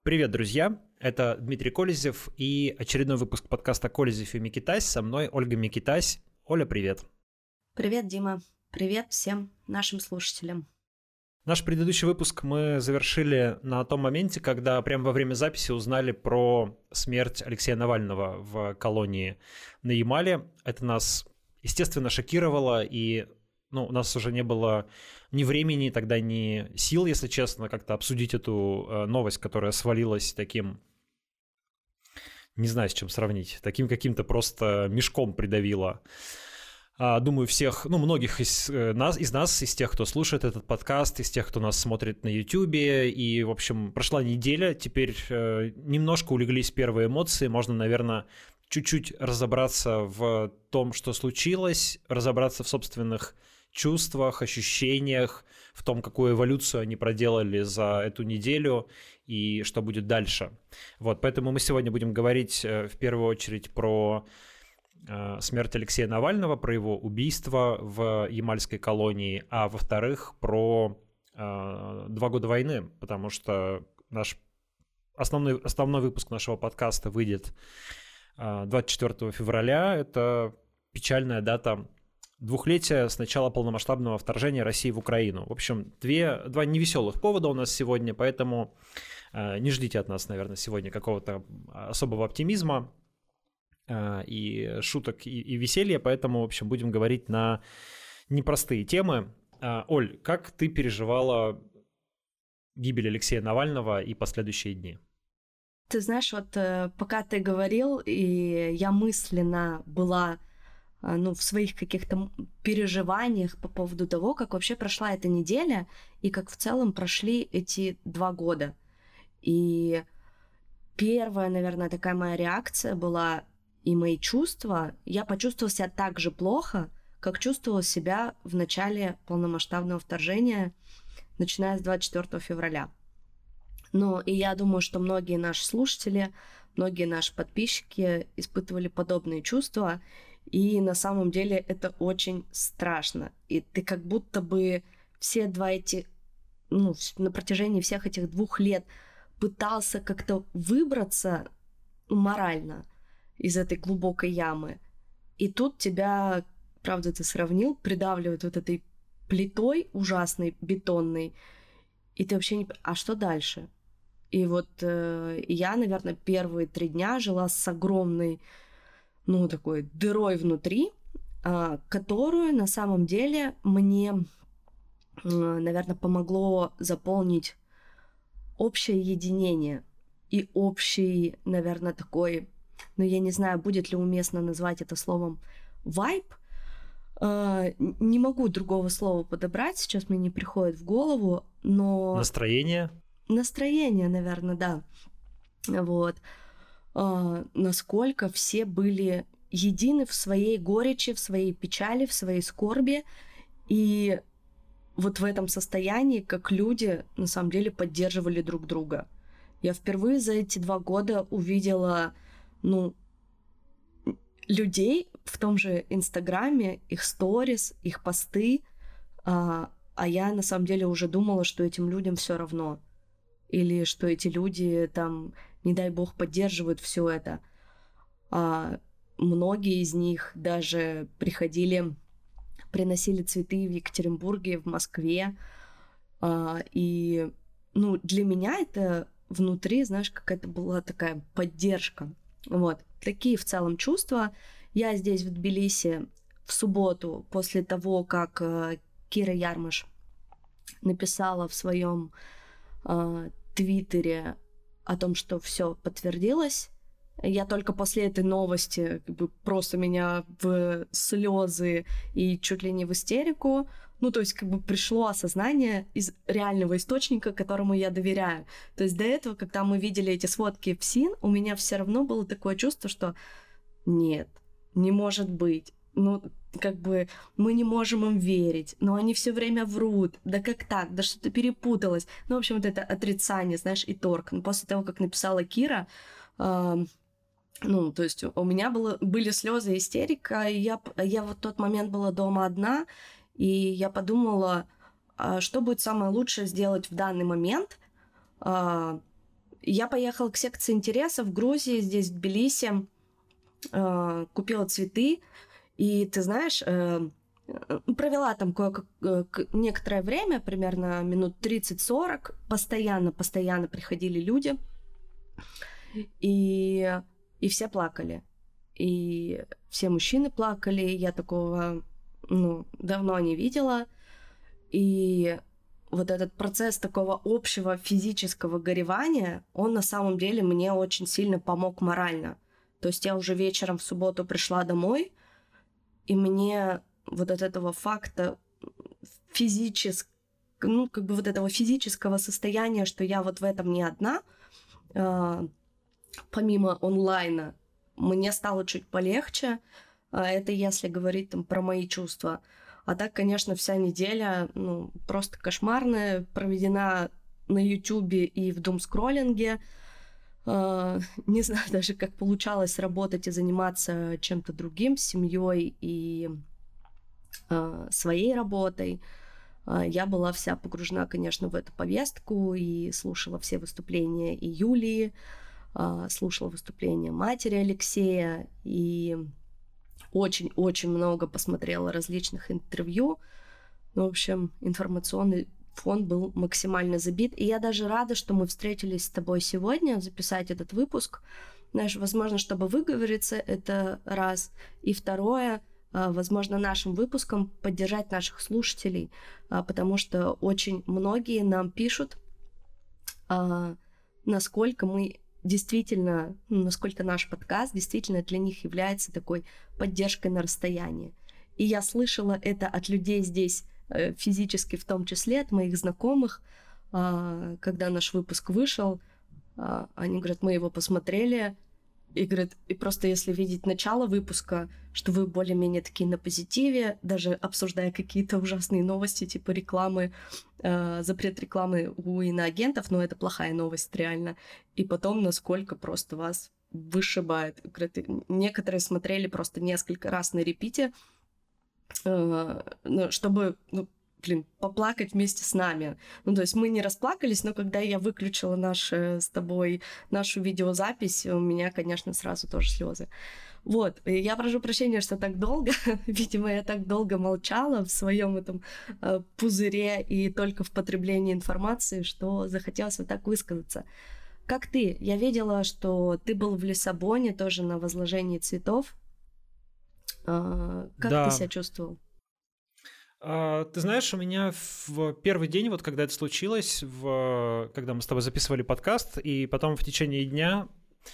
Привет, друзья! Это Дмитрий Колезев и очередной выпуск подкаста «Колезев и Микитась». Со мной Ольга Микитась. Оля, привет! Привет, Дима! Привет всем нашим слушателям! Наш предыдущий выпуск мы завершили на том моменте, когда прямо во время записи узнали про смерть Алексея Навального в колонии на Ямале. Это нас, естественно, шокировало, и у нас уже не было ни времени, тогда ни сил, если честно, как-то обсудить эту новость, которая свалилась таким, не знаю, с чем сравнить, таким каким-то просто мешком придавила. Думаю, всех, многих из нас, из тех, кто слушает этот подкаст, из тех, кто нас смотрит на Ютубе. И, в общем, прошла неделя, теперь немножко улеглись первые эмоции. Можно, наверное, чуть-чуть разобраться в том, что случилось, разобраться в собственных чувствах, ощущениях, в том, какую эволюцию они проделали за эту неделю и что будет дальше. Вот, поэтому мы сегодня будем говорить в первую очередь про смерть Алексея Навального, про его убийство в ямальской колонии, а во-вторых, про 2 года войны, потому что наш основной выпуск нашего подкаста выйдет 24 февраля. Это печальная дата двухлетия с начала полномасштабного вторжения России в Украину. В общем, два невеселых повода у нас сегодня, поэтому не ждите от нас, наверное, сегодня какого-то особого оптимизма и шуток, и веселья, поэтому, в общем, будем говорить на непростые темы. Оль, как ты переживала гибель Алексея Навального и последующие дни? Ты знаешь, вот пока ты говорил, и я мысленно была в своих каких-то переживаниях по поводу того, как вообще прошла эта неделя и как в целом прошли эти 2 года. И первая, наверное, такая моя реакция была, и мои чувства, я почувствовала себя так же плохо, как чувствовала себя в начале полномасштабного вторжения, начиная с 24 февраля. И я думаю, что многие наши слушатели, многие наши подписчики испытывали подобные чувства, и на самом деле это очень страшно. И ты как будто бы на протяжении всех этих 2 лет пытался как-то выбраться морально из этой глубокой ямы. И тут тебя, правда, ты сравнил, придавливает вот этой плитой ужасной, бетонной, и ты вообще не... А что дальше? И вот я, наверное, первые 3 дня жила с огромной, такой дырой внутри, которую на самом деле мне, наверное, помогло заполнить общее единение и общий, наверное, такой, я не знаю, будет ли уместно назвать это словом вайб. Не могу другого слова подобрать, сейчас мне не приходит в голову, но... Настроение? Настроение, наверное, да. Вот. Насколько все были едины в своей горечи, в своей печали, в своей скорби. И вот в этом состоянии, как люди, на самом деле, поддерживали друг друга. Я впервые за эти 2 года увидела, людей в том же Инстаграме, их сторис, их посты, а я на самом деле уже думала, что этим людям все равно. Или что эти люди там, не дай бог, поддерживают все это. Многие из них даже приносили цветы в Екатеринбурге, в Москве. И, для меня это внутри, знаешь, какая-то была такая поддержка. Вот. Такие в целом чувства. Я здесь, в Тбилиси, в субботу, после того, как Кира Ярмыш написала в своем твиттере о том, что все подтвердилось. Я только после этой новости просто меня в слезы и чуть ли не в истерику. То есть пришло осознание из реального источника, которому я доверяю. То есть до этого, когда мы видели эти сводки в СИН, у меня все равно было такое чувство, что нет, не может быть. Мы не можем им верить, но они все время врут. Да как так? Да что-то перепуталось. В общем, вот это отрицание, знаешь, и торг. После того, как написала Кира, то есть у меня были слезы, истерика, и я вот в тот момент была дома одна, и я подумала, что будет самое лучшее сделать в данный момент, Я поехала к секции интересов в Грузии, здесь, в Тбилиси, купила цветы, и, ты знаешь, провела там некоторое время, примерно минут 30-40, постоянно приходили люди, и все плакали. И все мужчины плакали, я такого, давно не видела. И вот этот процесс такого общего физического горевания, он на самом деле мне очень сильно помог морально. То есть я уже вечером в субботу пришла домой, и мне вот от этого факта вот этого физического состояния, что я вот в этом не одна, помимо онлайна, мне стало чуть полегче. Это если говорить там про мои чувства. А так, конечно, вся неделя, просто кошмарная, проведена на Ютубе и в думскроллинге. Не знаю даже, как получалось работать и заниматься чем-то другим, семьей и своей работой. Я была вся погружена, конечно, в эту повестку и слушала все выступления и Юлии, слушала выступления матери Алексея и очень-очень много посмотрела различных интервью. В общем, информационный фон был максимально забит. И я даже рада, что мы встретились с тобой сегодня, записать этот выпуск. Знаешь, возможно, чтобы выговориться, это раз. И второе, возможно, нашим выпуском поддержать наших слушателей, потому что очень многие нам пишут, насколько мы действительно, насколько наш подкаст действительно для них является такой поддержкой на расстоянии. И я слышала это от людей здесь, физически в том числе, от моих знакомых, когда наш выпуск вышел, они говорят, мы его посмотрели, и говорят, и просто если видеть начало выпуска, что вы более-менее такие на позитиве, даже обсуждая какие-то ужасные новости, типа рекламы, запрет рекламы у иноагентов, но это плохая новость реально. И потом, насколько просто вас вышибает. Говорят, некоторые смотрели просто несколько раз на репите, чтобы поплакать вместе с нами. То есть мы не расплакались, но когда я выключила нашу видеозапись, у меня, конечно, сразу тоже слезы. Вот, и я прошу прощения, что так долго, видимо, я так долго молчала в своем этом пузыре и только в потреблении информации, что захотелось вот так высказаться. Как ты? Я видела, что ты был в Лиссабоне тоже на возложении цветов. Как ты себя чувствовал? Ты знаешь, у меня в первый день, вот когда это случилось, когда мы с тобой записывали подкаст, и потом в течение дня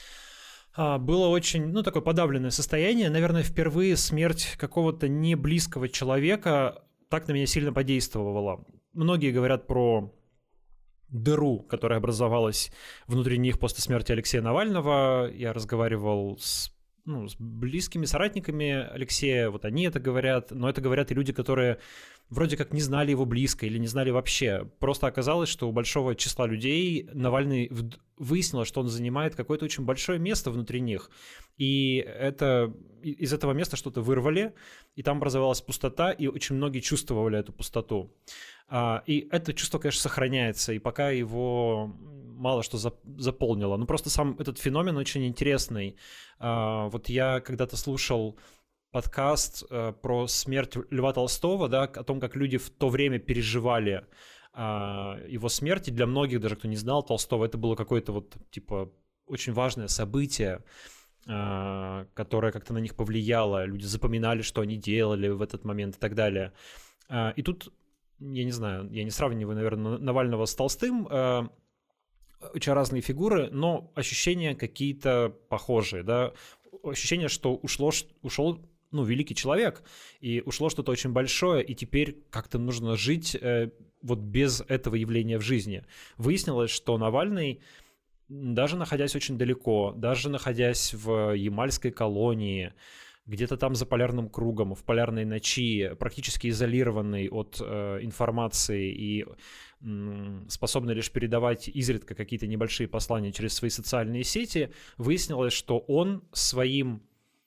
было очень, такое подавленное состояние. Наверное, впервые смерть какого-то неблизкого человека так на меня сильно подействовала. Многие говорят про дыру, которая образовалась внутри них после смерти Алексея Навального. Я разговаривал с близкими соратниками Алексея, вот они это говорят, но это говорят и люди, которые вроде как не знали его близко или не знали вообще. Просто оказалось, что у большого числа людей Навальный выяснилось, что он занимает какое-то очень большое место внутри них. И из этого места что-то вырвали, и там образовалась пустота, и очень многие чувствовали эту пустоту. И это чувство, конечно, сохраняется, и пока его мало что заполнило. Просто сам этот феномен очень интересный. Вот я когда-то слушал подкаст про смерть Льва Толстого, да, о том, как люди в то время переживали его смерть. И для многих, даже кто не знал Толстого, это было какое-то очень важное событие, которое как-то на них повлияло. Люди запоминали, что они делали в этот момент и так далее. И тут, я не знаю, я не сравниваю, наверное, Навального с Толстым, очень разные фигуры, но ощущения какие-то похожие, да, ощущение, что ушел великий человек, и ушло что-то очень большое, и теперь как-то нужно жить вот без этого явления в жизни. Выяснилось, что Навальный, даже находясь очень далеко, даже находясь в Ямальской колонии, где-то там за полярным кругом, в полярной ночи, практически изолированный от информации и способный лишь передавать изредка какие-то небольшие послания через свои социальные сети, выяснилось, что он своим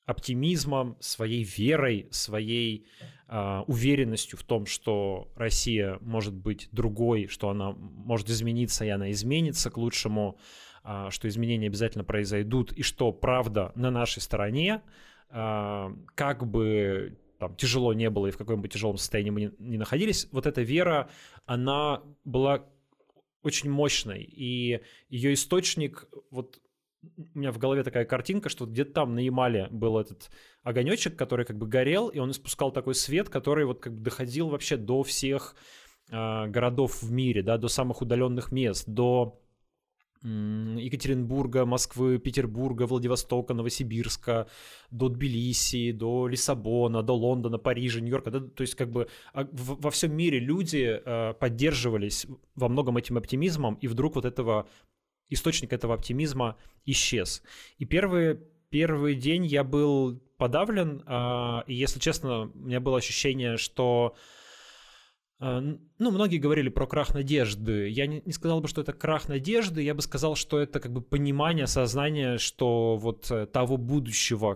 оптимизмом, своей верой, своей уверенностью в том, что Россия может быть другой, что она может измениться, и она изменится к лучшему, что изменения обязательно произойдут, и что правда на нашей стороне, как бы там тяжело не было и в каком бы тяжелом состоянии мы не находились, вот эта вера, она была очень мощной, и ее источник, вот у меня в голове такая картинка, что где-то там на Ямале был этот огонечек, который как бы горел, и он испускал такой свет, который вот как бы доходил вообще до всех городов в мире, да, до самых удаленных мест, до Екатеринбурга, Москвы, Петербурга, Владивостока, Новосибирска, до Тбилиси, до Лиссабона, до Лондона, Парижа, Нью-Йорка. Да? То есть как бы во всем мире люди поддерживались во многом этим оптимизмом, и вдруг вот этого источник этого оптимизма исчез. И первый день я был подавлен, и, если честно, у меня было ощущение, что многие говорили про крах надежды. Я не сказал бы, что это крах надежды, я бы сказал, что это как бы понимание, сознание, что вот того будущего,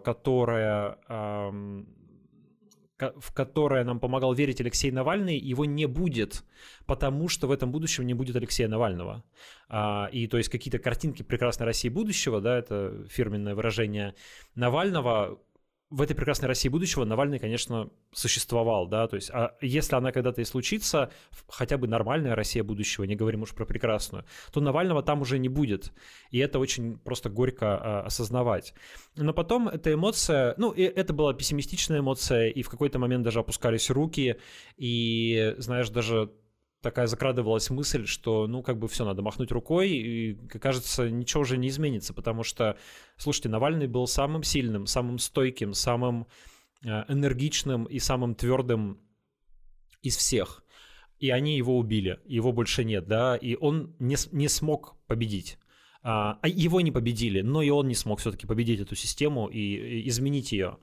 в которое нам помогал верить Алексей Навальный, его не будет, потому что в этом будущем не будет Алексея Навального. И то есть какие-то картинки прекрасной России будущего, да, это фирменное выражение Навального, в этой прекрасной России будущего Навальный, конечно, существовал, да, то есть, если она когда-то и случится, хотя бы нормальная Россия будущего, не говорим уж про прекрасную, то Навального там уже не будет, и это очень просто горько осознавать. Но потом эта эмоция, и это была пессимистичная эмоция, и в какой-то момент даже опускались руки, и, знаешь, даже такая закрадывалась мысль, что, как бы все, надо махнуть рукой, и, кажется, ничего уже не изменится, потому что, слушайте, Навальный был самым сильным, самым стойким, самым энергичным и самым твердым из всех. И они его убили, его больше нет, да, и он не смог победить. Его не победили, но и он не смог все-таки победить эту систему и изменить ее.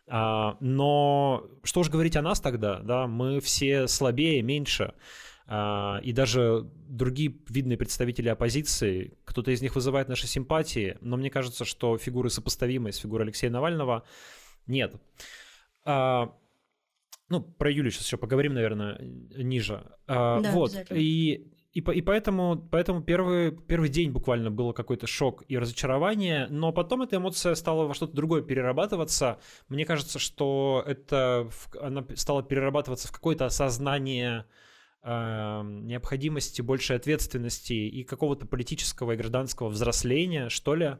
Но что уж говорить о нас тогда, да, мы все слабее, меньше. И даже другие видные представители оппозиции, кто-то из них вызывает наши симпатии, но мне кажется, что фигуры, сопоставимые с фигурой Алексея Навального, нет. Про Юлию сейчас еще поговорим, наверное, ниже. Да, вот. И поэтому первый день буквально был какой-то шок и разочарование, но потом эта эмоция стала во что-то другое перерабатываться. Мне кажется, что она стала перерабатываться в какое-то осознание необходимости большей ответственности и какого-то политического и гражданского взросления, что ли.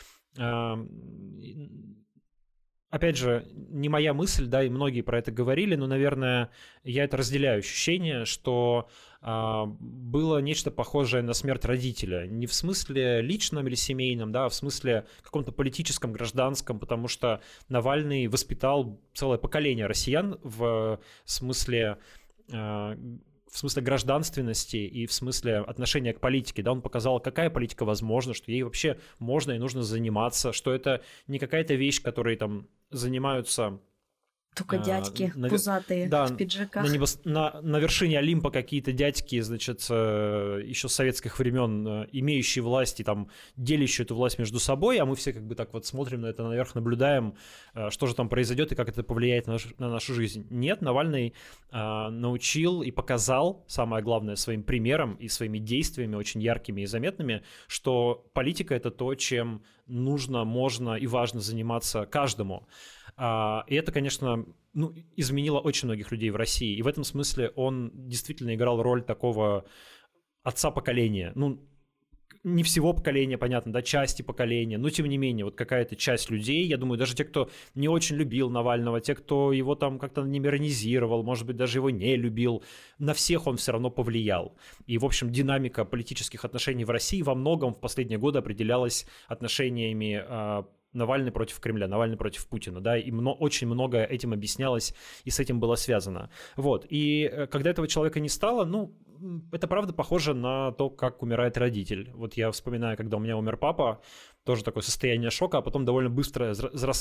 Опять же, не моя мысль, да, и многие про это говорили, но, наверное, я это разделяю ощущение, что было нечто похожее на смерть родителя. Не в смысле личном или семейном, да, а в смысле каком-то политическом, гражданском, потому что Навальный воспитал целое поколение россиян в смысле гражданственности и в смысле отношения к политике, да, он показал, какая политика возможна, что ей вообще можно и нужно заниматься, что это не какая-то вещь, которой там занимаются только дядьки пузатые в пиджаках. На вершине Олимпа какие-то дядьки, значит, еще с советских времен, имеющие власть и там делящие эту власть между собой, а мы все как бы так вот смотрим на это наверх, наблюдаем, что же там произойдет и как это повлияет на нашу жизнь. Нет, Навальный научил и показал, самое главное, своим примером и своими действиями очень яркими и заметными, что политика — это то, чем нужно, можно и важно заниматься каждому. И это, конечно, изменило очень многих людей в России. И в этом смысле он действительно играл роль такого отца поколения. Не всего поколения, понятно, да, части поколения, но тем не менее, вот какая-то часть людей, я думаю, даже те, кто не очень любил Навального, те, кто его там как-то не иронизировал, может быть, даже его не любил, на всех он все равно повлиял. И, в общем, динамика политических отношений в России во многом в последние годы определялась отношениями Навальный против Кремля, Навальный против Путина, да, и очень многое этим объяснялось, и с этим было связано. Вот, и когда этого человека не стало, это правда похоже на то, как умирает родитель. Вот я вспоминаю, когда у меня умер папа, тоже такое состояние шока, а потом довольно быстрое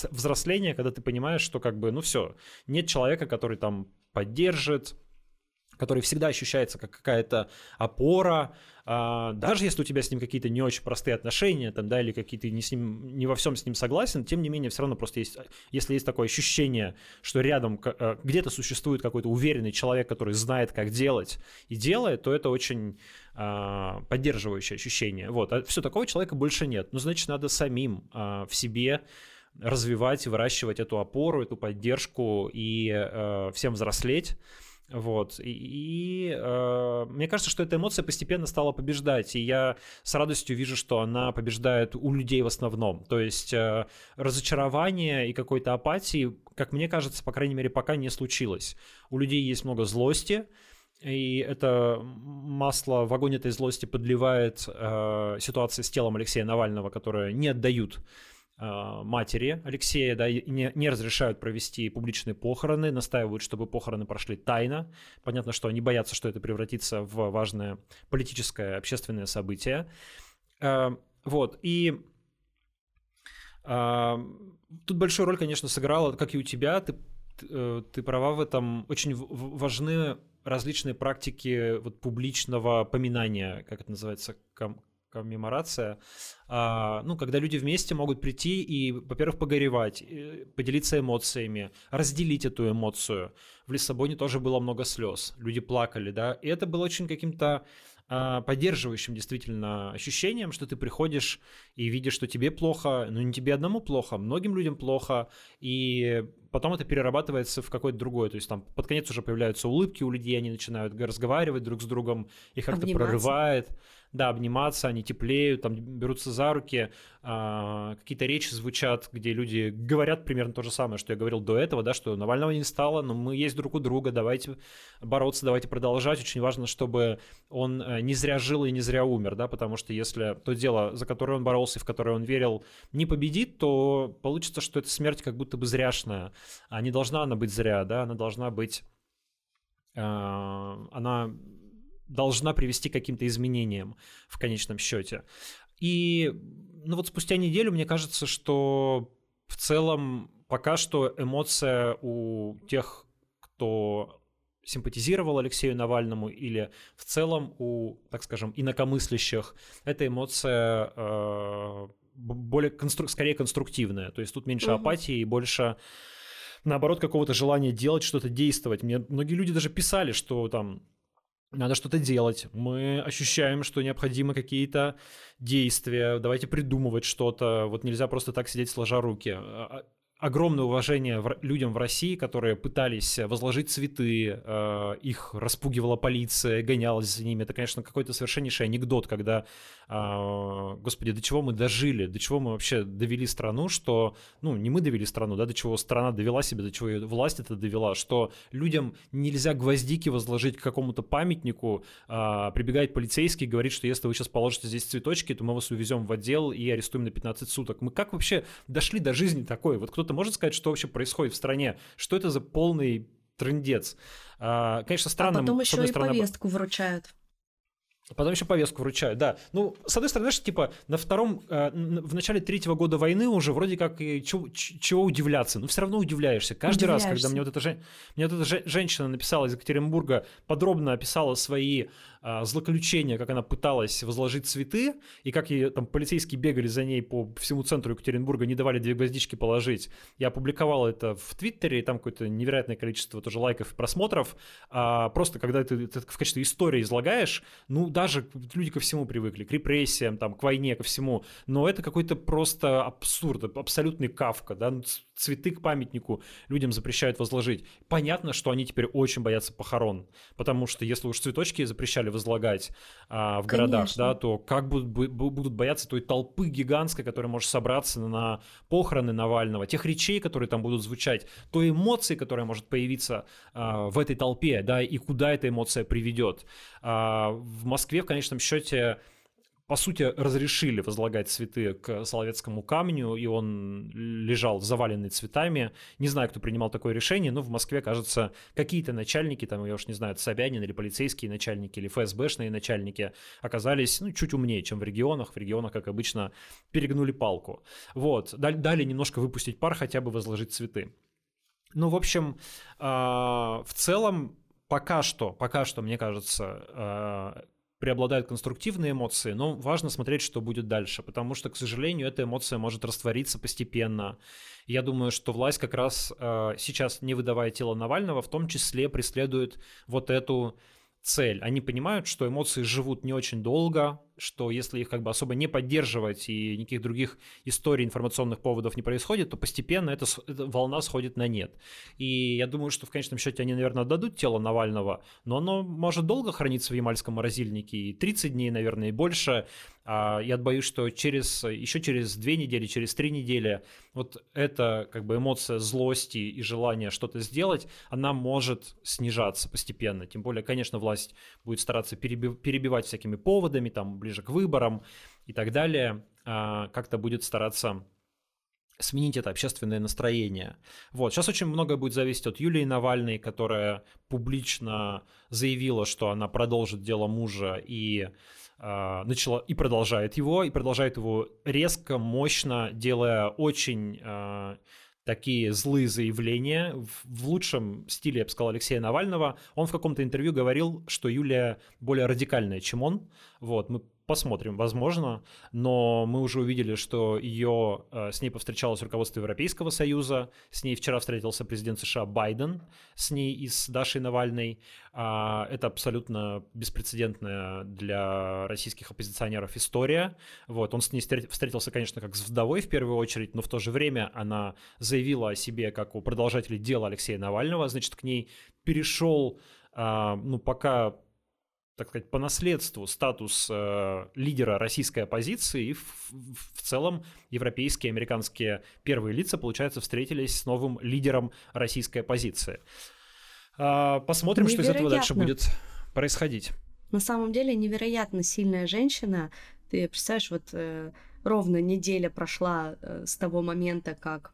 взросление, когда ты понимаешь, что как бы, все, нет человека, который там поддержит, который всегда ощущается как какая-то опора, даже если у тебя с ним какие-то не очень простые отношения, там, да, или какие-то не во всем с ним согласен, тем не менее все равно просто есть, если есть такое ощущение, что рядом где-то существует какой-то уверенный человек, который знает, как делать и делает, то это очень поддерживающее ощущение. Вот. А все, такого человека больше нет. Ну, значит, надо самим в себе развивать и выращивать эту опору, эту поддержку и всем взрослеть. Вот. Мне кажется, что эта эмоция постепенно стала побеждать, и я с радостью вижу, что она побеждает у людей в основном. То есть разочарование и какой-то апатии, как мне кажется, по крайней мере, пока не случилось. У людей есть много злости, и это масло в огонь этой злости подливает ситуация с телом Алексея Навального, которое не отдают матери Алексея, да, не разрешают провести публичные похороны, настаивают, чтобы похороны прошли тайно. Понятно, что они боятся, что это превратится в важное политическое, общественное событие. Вот, и тут большую роль, конечно, сыграла, как и у тебя, ты права в этом, очень важны различные практики вот публичного поминания, как это называется, коммеморация, когда люди вместе могут прийти и, во-первых, погоревать, поделиться эмоциями, разделить эту эмоцию. В Лиссабоне тоже было много слез, люди плакали, да, и это было очень каким-то поддерживающим действительно ощущением, что ты приходишь и видишь, что тебе плохо, но не тебе одному плохо, многим людям плохо, и потом это перерабатывается в какое-то другое, то есть там под конец уже появляются улыбки у людей, они начинают разговаривать друг с другом, их как-то прорывает. Да, обниматься, они теплеют, там берутся за руки, какие-то речи звучат, где люди говорят примерно то же самое, что я говорил до этого, да, что Навального не стало, но мы есть друг у друга, давайте бороться, давайте продолжать. Очень важно, чтобы он не зря жил и не зря умер, да, потому что если то дело, за которое он боролся и в которое он верил, не победит, то получится, что эта смерть как будто бы зряшная. А не должна она быть зря, да, она должна быть... Она должна привести к каким-то изменениям в конечном счете. И вот спустя неделю мне кажется, что в целом пока что эмоция у тех, кто симпатизировал Алексею Навальному, или в целом у, так скажем, инакомыслящих, эта эмоция скорее конструктивная. То есть тут меньше апатии и больше, наоборот, какого-то желания делать, что-то действовать. Мне многие люди даже писали, что там надо что-то делать, мы ощущаем, что необходимы какие-то действия, давайте придумывать что-то, вот нельзя просто так сидеть сложа руки. Огромное уважение людям в России, которые пытались возложить цветы, их распугивала полиция, гонялась за ними. Это, конечно, какой-то совершеннейший анекдот, когда, господи, до чего мы дожили, до чего мы вообще довели страну, что, не мы довели страну, да, до чего страна довела себя, до чего ее власть это довела, что людям нельзя гвоздики возложить к какому-то памятнику, прибегает полицейский, говорит, что если вы сейчас положите здесь цветочки, то мы вас увезем в отдел и арестуем на 15 суток. Мы как вообще дошли до жизни такой? Вот кто-то может сказать, что вообще происходит в стране? Что это за полный трындец? Конечно, странно. А потом еще и повестку вручают. Потом еще повестку вручают, да. С одной стороны, что, типа, в начале 3-го года войны уже вроде как и чего удивляться, но все равно удивляешься. Каждый раз, когда мне вот эта женщина написала из Екатеринбурга, подробно описала свои злоключения, как она пыталась возложить цветы, и как ей там полицейские бегали за ней по всему центру Екатеринбурга, не давали 2 гвоздички положить. Я опубликовал это в Твиттере, и там какое-то невероятное количество тоже лайков и просмотров. Просто когда ты это в качестве истории излагаешь, даже люди ко всему привыкли, к репрессиям, там, к войне, ко всему, но это какой-то просто абсурд, абсолютный Кафка, да, цветы к памятнику людям запрещают возложить. Понятно, что они теперь очень боятся похорон, потому что если уж цветочки запрещали возлагать в городах, да, то как будут бояться той толпы гигантской, которая может собраться на похороны Навального, тех речей, которые там будут звучать, той эмоции, которая может появиться в этой толпе, да, и куда эта эмоция приведет. В Москве в конечном счете, по сути, разрешили возлагать цветы к Соловецкому камню, и он лежал заваленный цветами. Не знаю, кто принимал такое решение, но в Москве, кажется, какие-то начальники, там, я уж не знаю, Собянин или полицейские начальники, или ФСБшные начальники оказались, чуть умнее, чем в регионах. В регионах, как обычно, перегнули палку. Вот, дали немножко выпустить пар, хотя бы возложить цветы. В общем, в целом, пока что, мне кажется, преобладают конструктивные эмоции, но важно смотреть, что будет дальше, потому что, к сожалению, эта эмоция может раствориться постепенно. Я думаю, что власть как раз сейчас, не выдавая тело Навального, в том числе преследует вот эту цель. Они понимают, что эмоции живут не очень долго, что если их как бы особо не поддерживать и никаких других историй, информационных поводов не происходит, то постепенно эта волна сходит на нет. И я думаю, что в конечном счете они, наверное, отдадут тело Навального, но оно может долго храниться в ямальском морозильнике, и 30 дней, наверное, и больше. Я боюсь, что еще через 2 недели, через 3 недели вот эта как бы эмоция злости и желания что-то сделать, она может снижаться постепенно. Тем более, конечно, власть будет стараться перебивать всякими поводами, там, ближе к выборам и так далее, как-то будет стараться сменить это общественное настроение. Вот. Сейчас очень многое будет зависеть от Юлии Навальной, которая публично заявила, что она продолжит дело мужа и начала и продолжает его резко, мощно, делая очень такие злые заявления. В лучшем стиле, я бы сказал, Алексея Навального. Он в каком-то интервью говорил, что Юлия более радикальная, чем он. Вот, мы посмотрим, возможно, но мы уже увидели, что с ней повстречалось руководство Европейского Союза, с ней вчера встретился президент США Байден, с ней и с Дашей Навальной. Это абсолютно беспрецедентная для российских оппозиционеров история. Вот. Он с ней встретился, конечно, как с вдовой в первую очередь, но в то же время она заявила о себе как о продолжателе дела Алексея Навального, значит, к ней перешел, пока, так сказать, по наследству статус лидера российской оппозиции, и в целом европейские, американские первые лица, получается, встретились с новым лидером российской оппозиции. Посмотрим, что из этого дальше будет происходить. На самом деле невероятно сильная женщина. Ты представляешь, вот ровно неделя прошла с того момента, как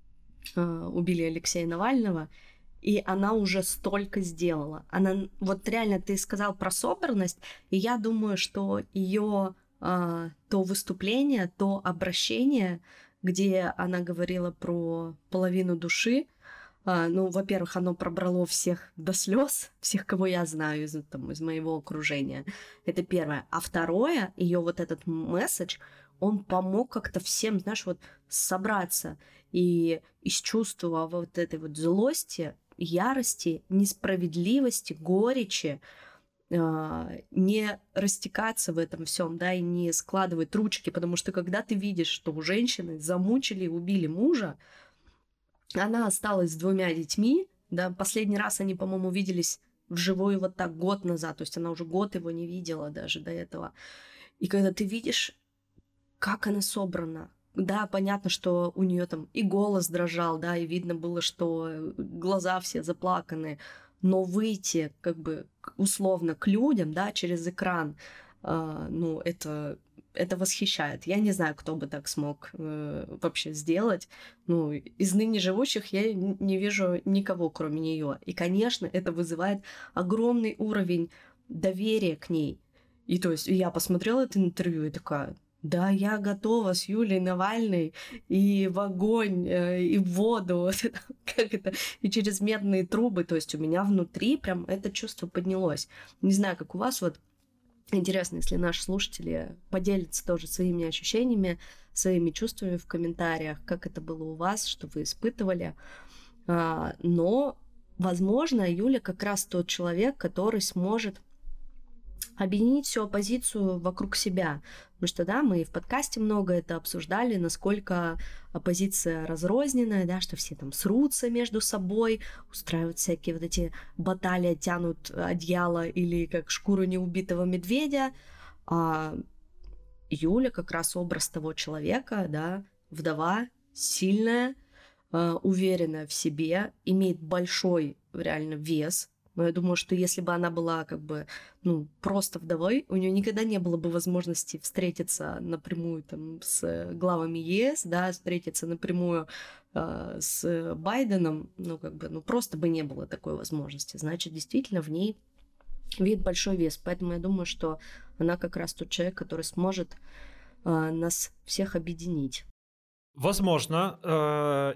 убили Алексея Навального, и она уже столько сделала. Она, вот реально, ты сказал про собранность, и я думаю, что ее то выступление, то обращение, где она говорила про половину души, во-первых, оно пробрало всех до слез, всех, кого я знаю из моего окружения. Это первое. А второе, ее вот этот месседж, он помог как-то всем, знаешь, вот собраться и из чувства вот этой вот злости, ярости, несправедливости, горечи, не растекаться в этом всем, да, и не складывать ручки, потому что когда ты видишь, что у женщины замучили и убили мужа, она осталась с 2 детьми, да, последний раз они, по-моему, виделись вживую вот так год назад, то есть она уже год его не видела даже до этого. И когда ты видишь, как она собрана, да, понятно, что у нее там и голос дрожал, да, и видно было, что глаза все заплаканы, но выйти как бы условно к людям, да, через экран, это восхищает. Я не знаю, кто бы так смог вообще сделать. Из ныне живущих я не вижу никого, кроме нее. И, конечно, это вызывает огромный уровень доверия к ней. И то есть я посмотрела это интервью и такая: да, я готова с Юлией Навальной и в огонь, и в воду, как это, и через медные трубы. То есть у меня внутри прям это чувство поднялось. Не знаю, как у вас, вот интересно, если наши слушатели поделятся тоже своими ощущениями, своими чувствами в комментариях, как это было у вас, что вы испытывали. Но, возможно, Юля как раз тот человек, который сможет объединить всю оппозицию вокруг себя. Потому что, да, мы в подкасте много это обсуждали, насколько оппозиция разрозненная, да, что все там срутся между собой, устраивают всякие вот эти баталии, тянут одеяло или как шкуру неубитого медведя. А Юля как раз образ того человека, да, вдова, сильная, уверенная в себе, имеет большой реально вес. Но я думаю, что если бы она была как бы, просто вдовой, у нее никогда не было бы возможности встретиться напрямую там с главами ЕС, да, встретиться напрямую с Байденом, просто бы не было такой возможности. Значит, действительно в ней видит большой вес. Поэтому я думаю, что она как раз тот человек, который сможет нас всех объединить. Возможно.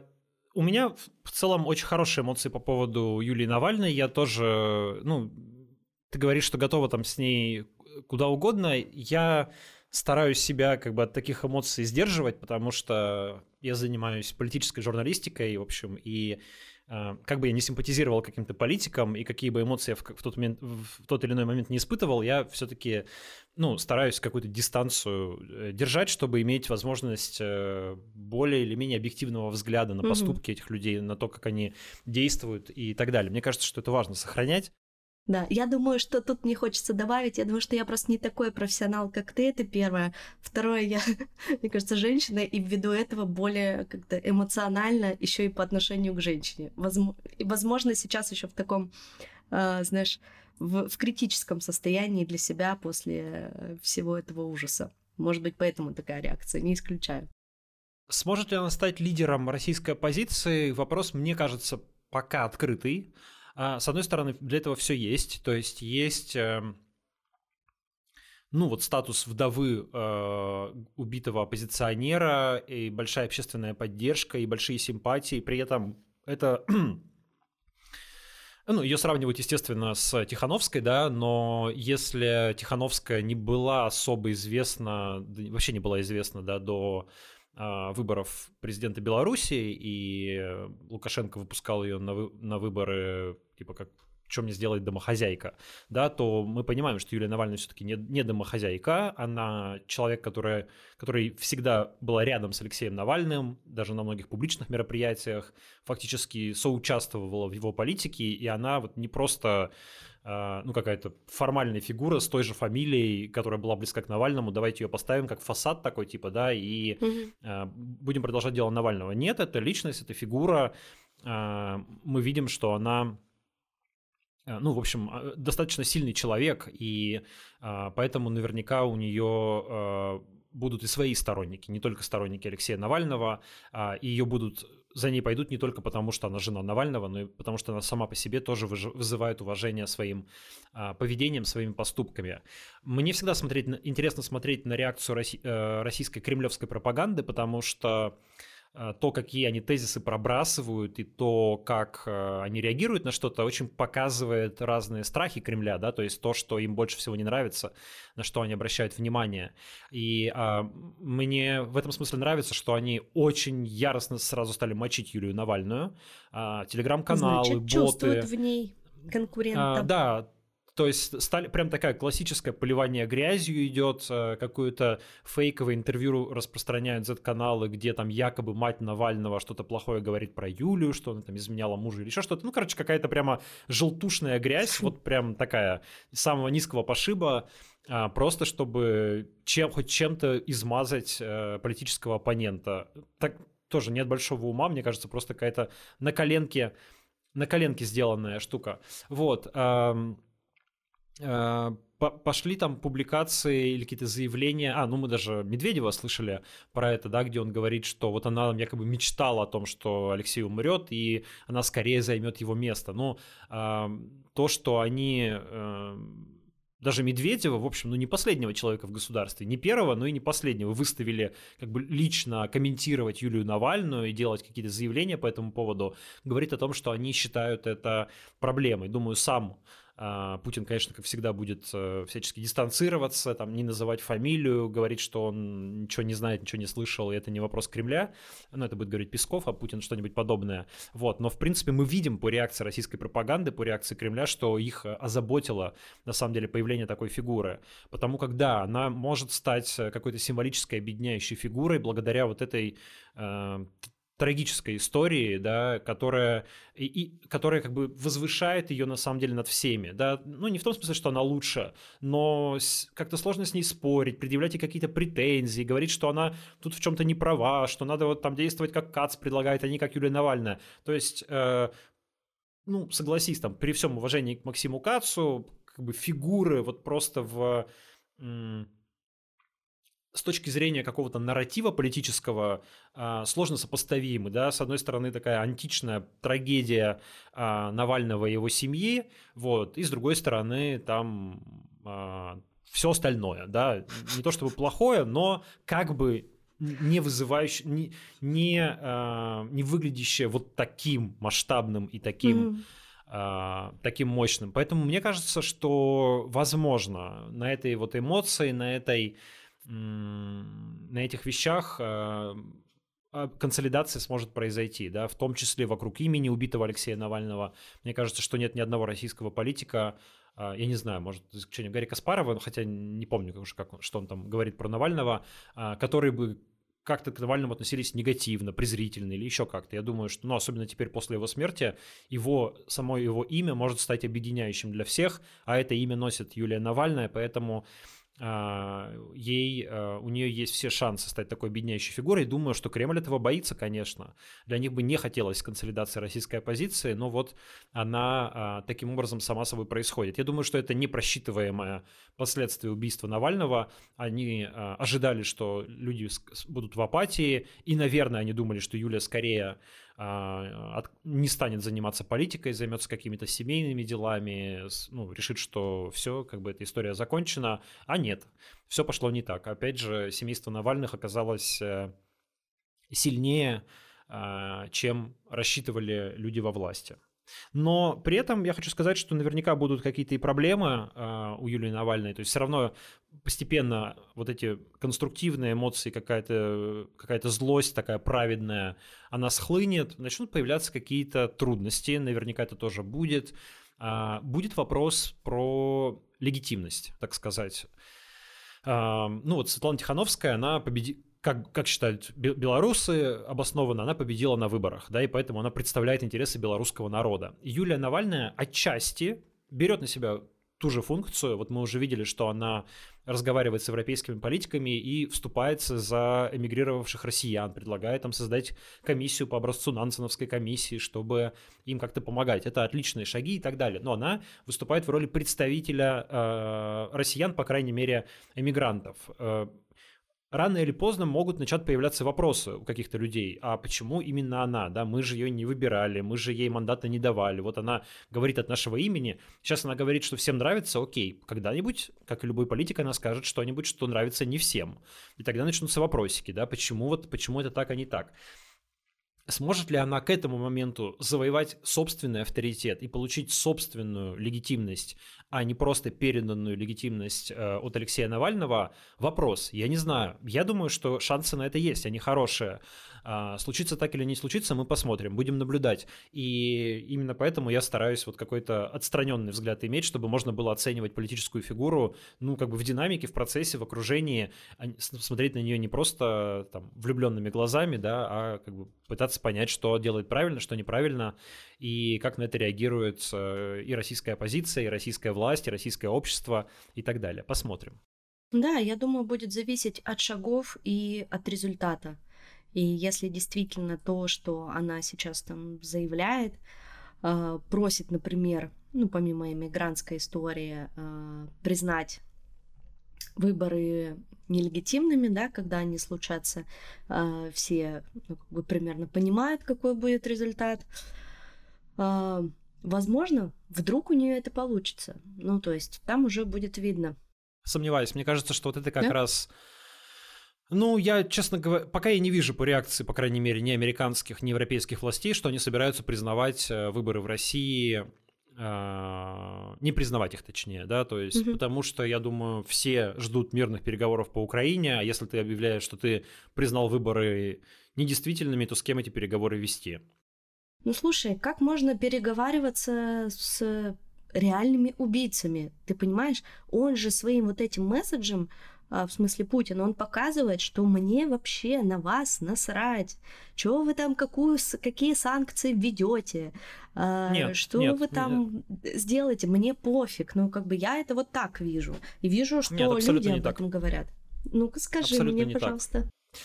у меня в целом очень хорошие эмоции по поводу Юлии Навальной. Я тоже, ты говоришь, что готова там с ней куда угодно. Я стараюсь себя как бы от таких эмоций сдерживать, потому что я занимаюсь политической журналистикой, в общем, и как бы я не симпатизировал каким-то политикам, и какие бы эмоции я в тот или иной момент не испытывал, я все-таки, стараюсь какую-то дистанцию держать, чтобы иметь возможность более или менее объективного взгляда на поступки этих людей, на то, как они действуют и так далее. Мне кажется, что это важно сохранять. Да, я думаю, что тут мне хочется добавить, я думаю, что я просто не такой профессионал, как ты, это первое. Второе, я, мне кажется, женщина, и ввиду этого более как-то эмоционально еще и по отношению к женщине. Возможно, сейчас еще в таком, знаешь, в критическом состоянии для себя после всего этого ужаса. Может быть, поэтому такая реакция, не исключаю. Сможет ли она стать лидером российской оппозиции? Вопрос, мне кажется, пока открытый. С одной стороны, для этого все есть, то есть статус вдовы убитого оппозиционера, и большая общественная поддержка, и большие симпатии, при этом это... ее сравнивают, естественно, с Тихановской, да, но если Тихановская не была особо известна, вообще не была известна, да, до выборов президента Беларуси, и Лукашенко выпускал ее на выборы, типа как что мне сделает домохозяйка, да, то мы понимаем, что Юлия Навальная все-таки не домохозяйка, она человек, который всегда была рядом с Алексеем Навальным, даже на многих публичных мероприятиях, фактически соучаствовала в его политике, и она вот не просто какая-то формальная фигура с той же фамилией, которая была близка к Навальному, давайте ее поставим как фасад такой, типа, да, и будем продолжать дело Навального. Нет, это личность, это фигура, мы видим, что она... в общем, достаточно сильный человек, и поэтому наверняка у нее будут и свои сторонники, не только сторонники Алексея Навального, и ее за ней пойдут не только потому, что она жена Навального, но и потому, что она сама по себе тоже вызывает уважение своим поведением, своими поступками. Мне всегда интересно смотреть на реакцию российской кремлевской пропаганды, потому что то, какие они тезисы пробрасывают, и то, как они реагируют на что-то, очень показывает разные страхи Кремля, да, то есть то, что им больше всего не нравится, на что они обращают внимание. И мне в этом смысле нравится, что они очень яростно сразу стали мочить Юлию Навальную. Телеграм-каналы, боты. Чувствуют в ней конкурента. Да. То есть стали прям такая классическое поливание грязью идет, какое-то фейковое интервью распространяют Z-каналы, где там якобы мать Навального что-то плохое говорит про Юлию, что она там изменяла мужу или еще что-то. Какая-то прямо желтушная грязь, вот прям такая самого низкого пошиба, просто чтобы хоть чем-то измазать политического оппонента. Так тоже нет большого ума, мне кажется, просто какая-то на коленке сделанная штука. Вот. Пошли там публикации или какие-то заявления, мы даже Медведева слышали про это, да, где он говорит, что вот она якобы мечтала о том, что Алексей умрет, и она скорее займет его место. То, что они... Даже Медведева, в общем, не последнего человека в государстве, не первого, но и не последнего, выставили как бы лично комментировать Юлию Навальную и делать какие-то заявления по этому поводу, говорит о том, что они считают это проблемой. Думаю, сам Путин, конечно, как всегда, будет всячески дистанцироваться, там, не называть фамилию, говорить, что он ничего не знает, ничего не слышал, и это не вопрос Кремля. Это будет говорить Песков, а Путин что-нибудь подобное. Вот. Но, в принципе, мы видим по реакции российской пропаганды, по реакции Кремля, что их озаботило, на самом деле, появление такой фигуры. Потому как, да, она может стать какой-то символической объединяющей фигурой благодаря вот этой... трагической истории, да, которая как бы возвышает ее на самом деле над всеми, да, не в том смысле, что она лучше, но как-то сложно с ней спорить, предъявлять ей какие-то претензии, говорить, что она тут в чем-то не права, что надо вот там действовать, как Кац предлагает, а не как Юлия Навальная. То есть, согласись, там, при всем уважении к Максиму Кацу, как бы фигуры вот просто с точки зрения какого-то нарратива политического сложно сопоставимы, да, с одной стороны такая античная трагедия Навального и его семьи, вот, и с другой стороны там все остальное, да, не то чтобы плохое, но как бы не вызывающее, не выглядящее вот таким масштабным и таким мощным. Поэтому мне кажется, что, возможно, на этой вот эмоции, на этих вещах консолидация сможет произойти, да, в том числе вокруг имени убитого Алексея Навального. Мне кажется, что нет ни одного российского политика, я не знаю, может, за исключением Гарри Каспарова, хотя не помню, что он там говорит про Навального, который бы как-то к Навальному относились негативно, презрительно или еще как-то. Я думаю, что, особенно теперь после его смерти, само его имя может стать объединяющим для всех, а это имя носит Юлия Навальная, поэтому у нее есть все шансы стать такой объединяющей фигурой. Думаю, что Кремль этого боится, конечно. Для них бы не хотелось консолидации российской оппозиции, но вот она таким образом сама собой происходит. Я думаю, что это непросчитываемое последствие убийства Навального. Они ожидали, что люди будут в апатии, и, наверное, они думали, что Юлия скорее не станет заниматься политикой, займется какими-то семейными делами, решит, что все, как бы эта история закончена, а нет, все пошло не так. Опять же, семейство Навальных оказалось сильнее, чем рассчитывали люди во власти. Но при этом я хочу сказать, что наверняка будут какие-то и проблемы у Юлии Навальной. То есть все равно постепенно вот эти конструктивные эмоции, какая-то злость такая праведная, она схлынет, начнут появляться какие-то трудности, наверняка это тоже будет. Будет вопрос про легитимность, так сказать. Вот Светлана Тихановская, она победила. Как считают белорусы, обоснованно она победила на выборах, да, и поэтому она представляет интересы белорусского народа. Юлия Навальная отчасти берет на себя ту же функцию. Вот мы уже видели, что она разговаривает с европейскими политиками и вступается за эмигрировавших россиян, предлагает там создать комиссию по образцу Нансеновской комиссии, чтобы им как-то помогать. Это отличные шаги и так далее. Но она выступает в роли представителя россиян, по крайней мере, эмигрантов. Рано или поздно могут начать появляться вопросы у каких-то людей. А почему именно она? Да, мы же ее не выбирали, мы же ей мандата не давали. Вот она говорит от нашего имени. Сейчас она говорит, что всем нравится. Окей, когда-нибудь, как и любой политик, она скажет что-нибудь, что нравится не всем. И тогда начнутся вопросики, да, почему это так, а не так. Сможет ли она к этому моменту завоевать собственный авторитет и получить собственную легитимность, а не просто переданную легитимность от Алексея Навального? Вопрос. Я не знаю. Я думаю, что шансы на это есть, они хорошие. Случится так или не случится, мы посмотрим, будем наблюдать. И именно поэтому я стараюсь вот какой-то отстраненный взгляд иметь, чтобы можно было оценивать политическую фигуру, в динамике, в процессе, в окружении, смотреть на нее не просто там влюбленными глазами, да, а пытаться понять, что делает правильно, что неправильно, и как на это реагирует и российская оппозиция, и российская власть, и российское общество, и так далее. Посмотрим. Да, я думаю, будет зависеть от шагов и от результата. И если действительно то, что она сейчас там заявляет, просит, например, помимо иммигрантской истории, признать выборы нелегитимными, да, когда они случатся, все примерно понимают, какой будет результат. Возможно, вдруг у нее это получится. То есть там уже будет видно. Сомневаюсь. Мне кажется, что вот это как раз... я, честно говоря, пока я не вижу по реакции, по крайней мере, ни американских, ни европейских властей, что они собираются признавать выборы в России, не признавать их, точнее, да, то есть, потому что, я думаю, все ждут мирных переговоров по Украине, а если ты объявляешь, что ты признал выборы недействительными, то с кем эти переговоры вести? Слушай, как можно переговариваться с реальными убийцами? Ты понимаешь, он же своим вот этим месседжем, в смысле Путин, он показывает, что мне вообще на вас насрать. Чего вы там, какие санкции введете? Вы там сделаете? Мне пофиг. Я это вот так вижу. И вижу, что люди об этом говорят. Ну-ка скажи абсолютно мне, пожалуйста.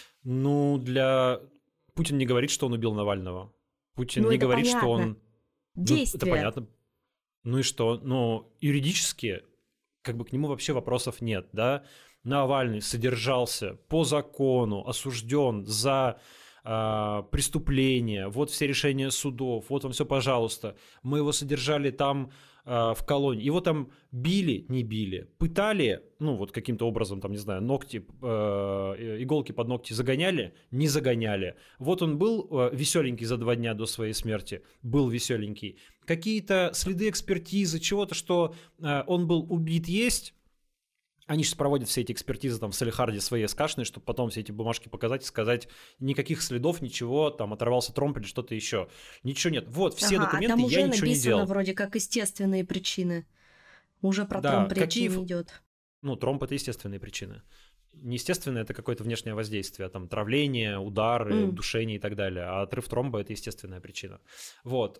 Путин не говорит, что он убил Навального. Путин не говорит, понятно. Что он... Действие. Это понятно. И что? Юридически к нему вообще вопросов нет, да? Навальный содержался по закону, осужден за преступления, вот все решения судов, вот вам все, пожалуйста. Мы его содержали там в колонии. Его там били, не били, пытали, ну вот каким-то образом, там, не знаю, ногти, иголки под ногти загоняли, не загоняли. Вот он был веселенький за 2 дня до своей смерти, был веселенький. Какие-то следы экспертизы, чего-то, что он был убит, есть. Они сейчас проводят все эти экспертизы там в Салехарде свои СКшные, чтобы потом все эти бумажки показать и сказать, никаких следов, ничего, там оторвался тромб или что-то еще. Ничего нет. Вот, все документы, а там уже я ничего не делал. вроде как естественные причины. Уже про тромб речи не идет. Ну, тромб — это естественные причины. Неестественное — это какое-то внешнее воздействие, там травление, удары, удушение и так далее. А отрыв тромба — это естественная причина. Вот.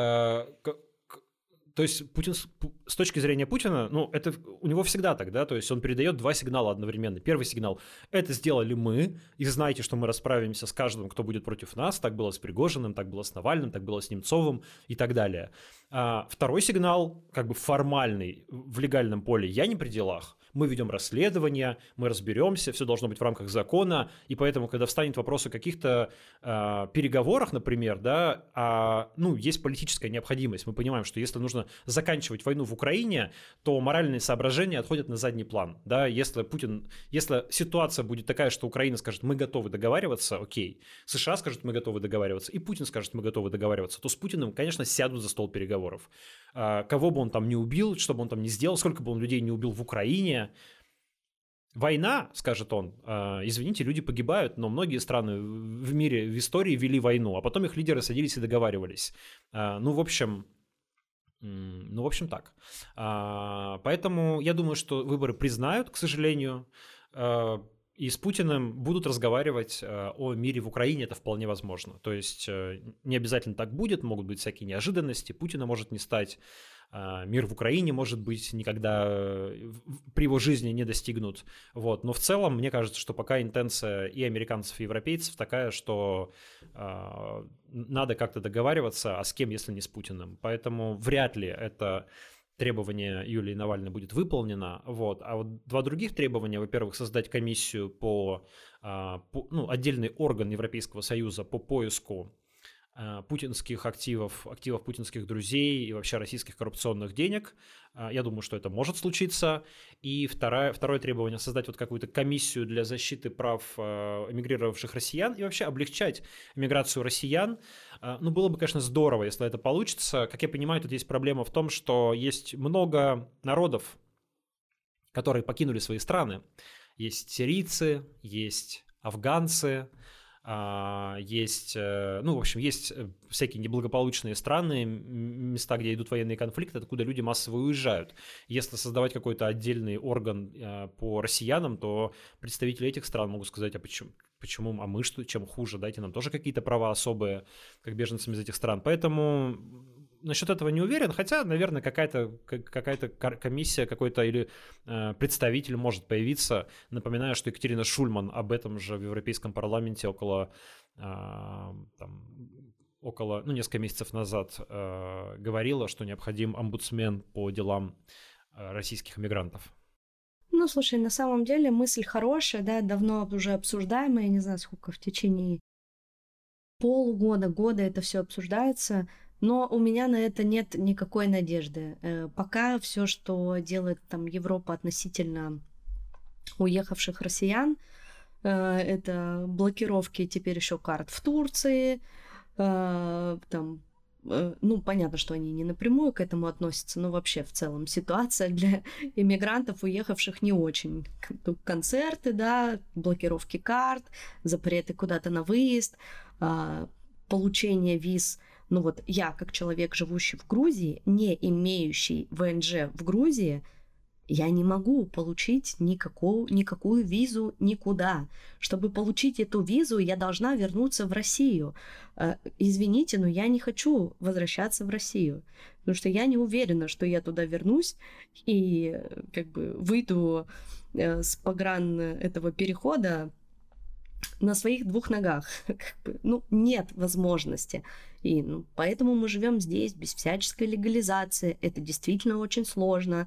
То есть Путин, с точки зрения Путина, ну, это у него всегда так, да, то есть он передает 2 сигнала одновременно. Первый сигнал – это сделали мы, и знаете, что мы расправимся с каждым, кто будет против нас. Так было с Пригожиным, так было с Навальным, так было с Немцовым и так далее. Второй сигнал, как бы формальный, в легальном поле: я не при делах. Мы ведем расследование, мы разберемся, все должно быть в рамках закона, и поэтому, когда встанет вопрос о каких-то переговорах, например, да, ну, есть политическая необходимость. Мы понимаем, что если нужно заканчивать войну в Украине, то моральные соображения отходят на задний план, да, если ситуация будет такая, что Украина скажет, мы готовы договариваться, окей, США скажет, мы готовы договариваться, и Путин скажет, мы готовы договариваться, то с Путиным, конечно, сядут за стол переговоров. Кого бы он там не убил, что бы он там не сделал, сколько бы он людей не убил в Украине. Война, скажет он, извините, люди погибают, но многие страны в мире, в истории вели войну, а потом их лидеры садились и договаривались. Ну, в общем, так. Поэтому я думаю, что выборы признают, к сожалению, и с Путиным будут разговаривать о мире в Украине, это вполне возможно. То есть не обязательно так будет, могут быть всякие неожиданности, Путина может не стать, мир в Украине, может быть, никогда при его жизни не достигнут. Вот. Но в целом, мне кажется, что пока интенция и американцев, и европейцев такая, что надо как-то договариваться, а с кем, если не с Путиным. Поэтому вряд ли это требование Юлии Навальной будет выполнено. Вот. А вот 2 других требования: во-первых, создать комиссию отдельный орган Европейского Союза по поиску путинских активов путинских друзей и вообще российских коррупционных денег. Я думаю, что это может случиться. И второе требование — создать вот какую-то комиссию для защиты прав эмигрировавших россиян и вообще облегчать миграцию россиян. Ну, было бы, конечно, здорово, если это получится. Как я понимаю, тут есть проблема в том, что есть много народов, которые покинули свои страны. Есть сирийцы, есть афганцы, есть, ну, в общем, есть всякие неблагополучные страны, места, где идут военные конфликты, откуда люди массово уезжают. Если создавать какой-то отдельный орган по россиянам, то представители этих стран могут сказать, а почему, а мы что, чем хуже, дайте нам тоже какие-то права особые, как беженцам из этих стран. Поэтому насчет этого не уверен, хотя, наверное, какая-то комиссия, какой-то или представитель может появиться. Напоминаю, что Екатерина Шульман об этом же в Европейском парламенте около несколько месяцев назад говорила, что необходим омбудсмен по делам российских мигрантов. Ну, слушай, на самом деле мысль хорошая, да, давно уже обсуждаемая, я не знаю, сколько, в течение года это все обсуждается. Но у меня на это нет никакой надежды. Пока все, что делает там Европа относительно уехавших россиян, это блокировки теперь еще карт в Турции, там, ну, понятно, что они не напрямую к этому относятся, но вообще в целом ситуация для иммигрантов, уехавших, не очень. Концерты, да, блокировки карт, запреты куда-то на выезд, получение виз. Ну вот я, как человек, живущий в Грузии, не имеющий ВНЖ в Грузии, я не могу получить никакую визу никуда. Чтобы получить эту визу, я должна вернуться в Россию. Извините, но я не хочу возвращаться в Россию, потому что я не уверена, что я туда вернусь и как бы выйду с погран этого перехода на своих 2 ногах. Ну, нет возможности. И поэтому мы живем здесь без всяческой легализации. Это действительно очень сложно.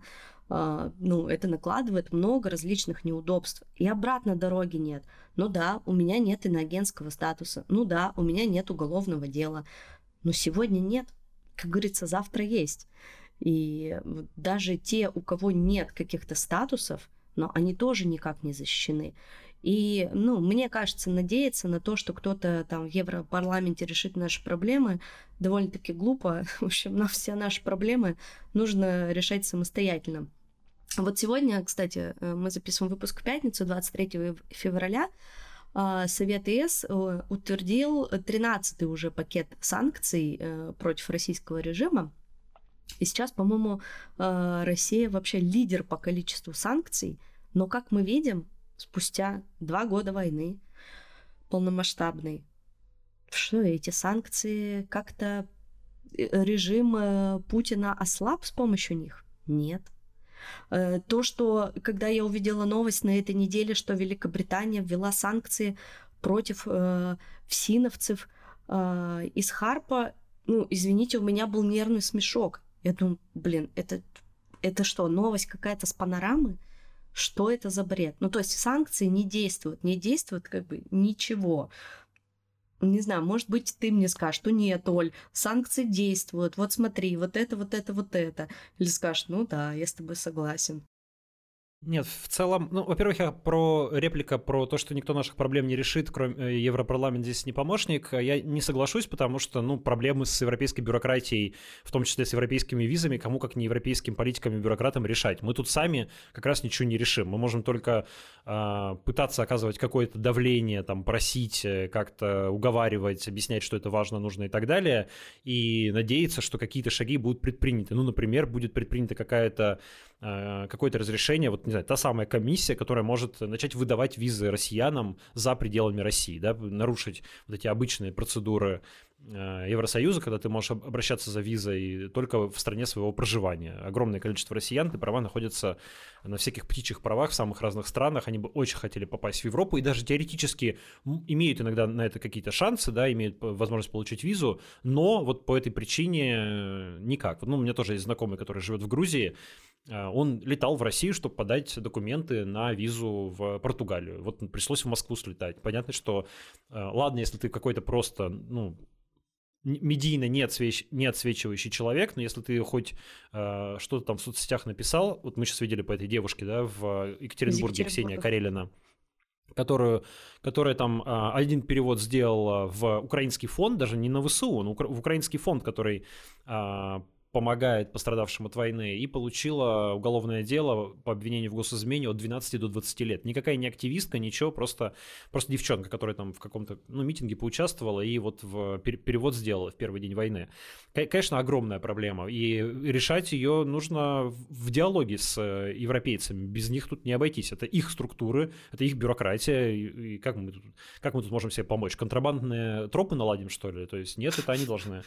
это накладывает много различных неудобств. И обратно дороги нет. Ну да, у меня нет иноагентского статуса. Ну да, у меня нет уголовного дела. Но сегодня нет. Как говорится, завтра есть. И даже те, у кого нет каких-то статусов, но они тоже никак не защищены. И, мне кажется, надеяться на то, что кто-то там в Европарламенте решит наши проблемы, довольно-таки глупо. В общем, все наши проблемы нужно решать самостоятельно. Вот сегодня, кстати, мы записываем выпуск в пятницу, 23 февраля, Совет ЕС утвердил 13-й уже пакет санкций против российского режима. И сейчас, по-моему, Россия вообще лидер по количеству санкций. Но, как мы видим, спустя 2 года войны полномасштабной, что эти санкции как-то режим Путина ослаб с помощью них? Нет. То, что, когда я увидела новость на этой неделе, что Великобритания ввела санкции против всиновцев из Харпа, извините, у меня был нервный смешок. Я думаю, это что, новость какая-то с панорамы? Что это за бред? То есть санкции не действуют как бы ничего. Не знаю, может быть, ты мне скажешь, что нет, Оль, санкции действуют, вот смотри, вот это. Или скажешь, да, я с тобой согласен. Нет, в целом, во-первых, реплика про то, что никто наших проблем не решит, кроме Европарламент здесь не помощник, я не соглашусь, потому что, проблемы с европейской бюрократией, в том числе с европейскими визами, кому как не европейским политикам и бюрократам решать. Мы тут сами как раз ничего не решим. Мы можем только пытаться оказывать какое-то давление, там, просить, как-то уговаривать, объяснять, что это важно, нужно и так далее, и надеяться, что какие-то шаги будут предприняты. Например, будет предпринято какое-то разрешение, вот, не знаю, та самая комиссия, которая может начать выдавать визы россиянам за пределами России, да, нарушить вот эти обычные процедуры Евросоюза, когда ты можешь обращаться за визой только в стране своего проживания. Огромное количество россиян, эти права находятся на всяких птичьих правах в самых разных странах, они бы очень хотели попасть в Европу и даже теоретически имеют иногда на это какие-то шансы, да, имеют возможность получить визу, но вот по этой причине никак. У меня тоже есть знакомый, который живет в Грузии, он летал в Россию, чтобы подать документы на визу в Португалию. Вот пришлось в Москву слетать. Понятно, что ладно, если ты какой-то просто, медийно не отсвечивающий человек, но если ты хоть что-то там в соцсетях написал, вот мы сейчас видели по этой девушке, да, в Екатеринбурге, Ксения Карелина, которая там один перевод сделала в украинский фонд, даже не на ВСУ, но в украинский фонд, который помогает пострадавшим от войны, и получила уголовное дело по обвинению в госизмене от 12 до 20 лет. Никакая не активистка, ничего, просто девчонка, которая там в каком-то митинге поучаствовала и вот перевод сделала в первый день войны. Конечно, огромная проблема, и решать ее нужно в диалоге с европейцами. Без них тут не обойтись. Это их структуры, это их бюрократия, и как мы тут можем себе помочь? Контрабандные тропы наладим, что ли? То есть нет, это они должны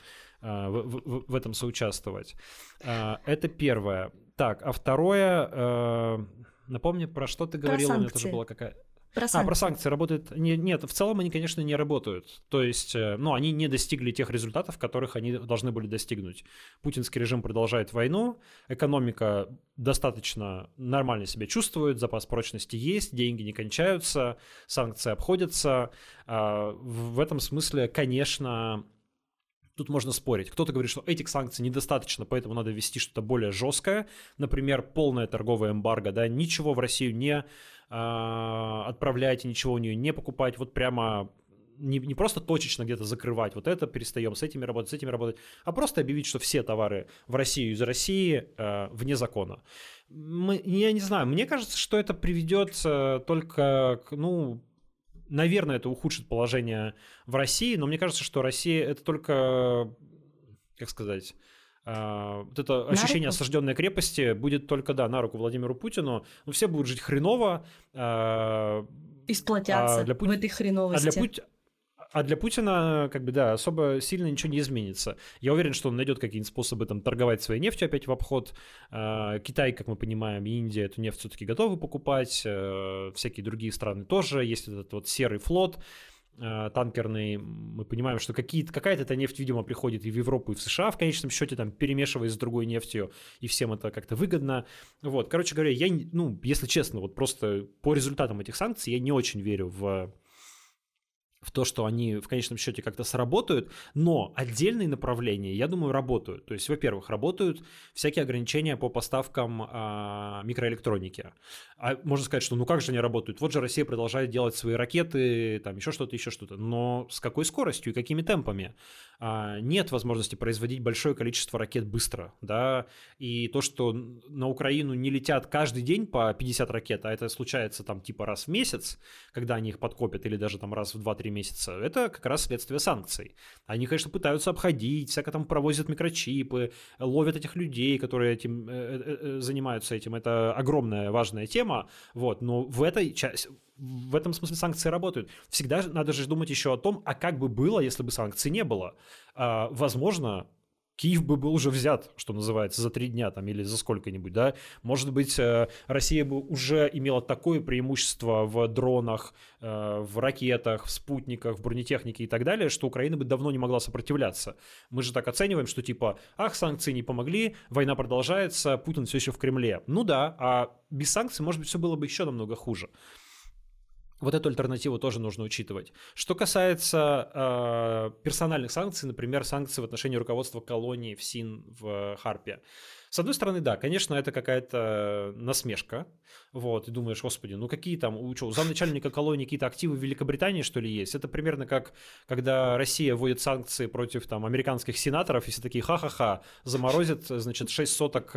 в этом соучаствовать. Это первое. Так, а второе, напомни, про что ты говорила? У меня тоже была какая... Про санкции работает... Нет, в целом они, конечно, не работают. То есть, они не достигли тех результатов, которых они должны были достигнуть. Путинский режим продолжает войну, экономика достаточно нормально себя чувствует, запас прочности есть, деньги не кончаются, санкции обходятся. В этом смысле, конечно... Тут можно спорить. Кто-то говорит, что этих санкций недостаточно, поэтому надо ввести что-то более жесткое. Например, полное торговое эмбарго, да, ничего в Россию не отправлять, ничего у нее не покупать, вот прямо не просто точечно где-то закрывать, вот это перестаем, с этими работать, а просто объявить, что все товары в Россию из России вне закона. Я не знаю, мне кажется, что это приведет только к, наверное, это ухудшит положение в России, но мне кажется, что Россия это только, как сказать, вот это ощущение осажденной крепости будет только, на руку Владимиру Путину. Все будут жить хреново. И сплотятся в этой хреновости. А для Путина, особо сильно ничего не изменится. Я уверен, что он найдет какие-нибудь способы торговать своей нефтью опять в обход. Китай, как мы понимаем, и Индия эту нефть все-таки готовы покупать. Всякие другие страны тоже. Есть этот вот серый флот. танкерный, мы понимаем, что какая-то эта нефть, видимо, приходит и в Европу, и в США в конечном счете, там, перемешиваясь с другой нефтью, и всем это как-то выгодно. Вот, короче говоря, я, если честно, вот просто по результатам этих санкций я не очень верю в то, что они в конечном счете как-то сработают, но отдельные направления, я думаю, работают. То есть, во-первых, работают всякие ограничения по поставкам микроэлектроники. А можно сказать, что как же они работают? Вот же Россия продолжает делать свои ракеты, там еще что-то. Но с какой скоростью и какими темпами? Нет возможности производить большое количество ракет быстро, да, и то, что на Украину не летят каждый день по 50 ракет, а это случается там типа раз в месяц, когда они их подкопят, или даже там раз в 2-3 месяца, это как раз следствие санкций. Они, конечно, пытаются обходить, всяко там провозят микрочипы, ловят этих людей, которые этим занимаются этим, это огромная важная тема, вот, но в этом смысле санкции работают. Всегда надо же думать еще о том, а как бы было, если бы санкций не было. Возможно, Киев бы был уже взят, что называется, за 3 дня там, или за сколько-нибудь, да. Может быть, Россия бы уже имела такое преимущество в дронах, в ракетах, в спутниках, в бронетехнике и так далее, что Украина бы давно не могла сопротивляться. Мы же так оцениваем, что типа, санкции не помогли, война продолжается, Путин все еще в Кремле. Ну да, а без санкций, может быть, все было бы еще намного хуже. Вот эту альтернативу тоже нужно учитывать. Что касается персональных санкций, например, санкций в отношении руководства колонии в СИН в Харпе. С одной стороны, да, конечно, это какая-то насмешка. Вот, и думаешь, господи, какие там, у замначальника колонии какие-то активы в Великобритании, что ли, есть? Это примерно как, когда Россия вводит санкции против там американских сенаторов, и все такие ха-ха-ха, заморозят, значит, 6 соток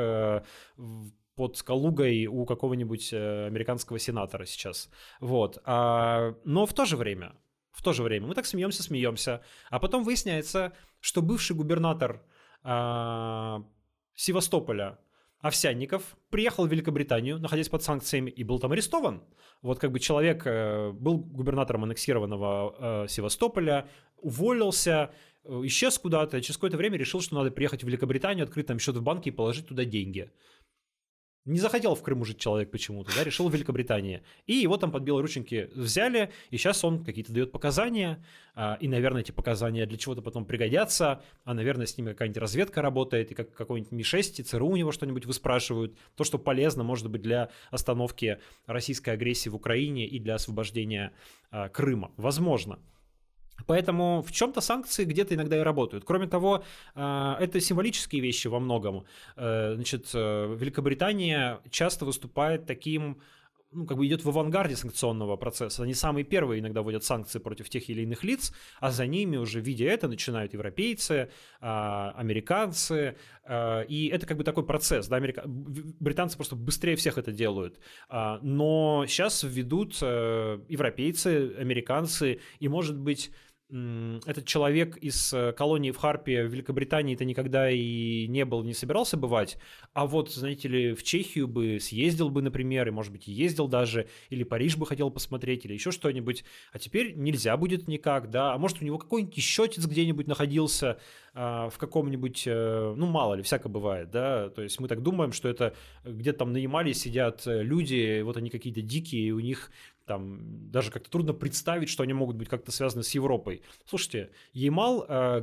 под Калугой у какого-нибудь американского сенатора сейчас. Вот. Но в то же время мы так смеемся, а потом выясняется, что бывший губернатор Севастополя Овсянников приехал в Великобританию, находясь под санкциями, и был там арестован. Вот как бы человек был губернатором аннексированного Севастополя, уволился, исчез куда-то, через какое-то время решил, что надо приехать в Великобританию, открыть там счет в банке и положить туда деньги. Не захотел в Крыму жить человек почему-то, да, решил в Великобритании. И его там под белые рученьки взяли, и сейчас он какие-то дает показания, и, наверное, эти показания для чего-то потом пригодятся, наверное, с ними какая-нибудь разведка работает, и какой-нибудь Ми-6, и ЦРУ у него что-нибудь выспрашивают, то, что полезно, может быть, для остановки российской агрессии в Украине и для освобождения Крыма. Возможно. Поэтому в чем-то санкции где-то иногда и работают. Кроме того, это символические вещи во многом. Значит, Великобритания часто выступает таким, идет в авангарде санкционного процесса. Они самые первые иногда вводят санкции против тех или иных лиц, а за ними уже, видя это, начинают европейцы, американцы. И это как бы такой процесс. Да? Британцы просто быстрее всех это делают. Но сейчас введут европейцы, американцы, и, может быть, этот человек из колонии в Харпе в Великобритании-то никогда и не был, не собирался бывать, а вот, знаете ли, в Чехию бы съездил бы, например, и, может быть, и ездил даже, или Париж бы хотел посмотреть, или еще что-нибудь, а теперь нельзя будет никак, да, а может, у него какой-нибудь еще отец где-нибудь находился в каком-нибудь, мало ли, всякое бывает, да, то есть мы так думаем, что это где-то там на Ямале сидят люди, вот они какие-то дикие, и у них там даже как-то трудно представить, что они могут быть как-то связаны с Европой. Слушайте, Ямал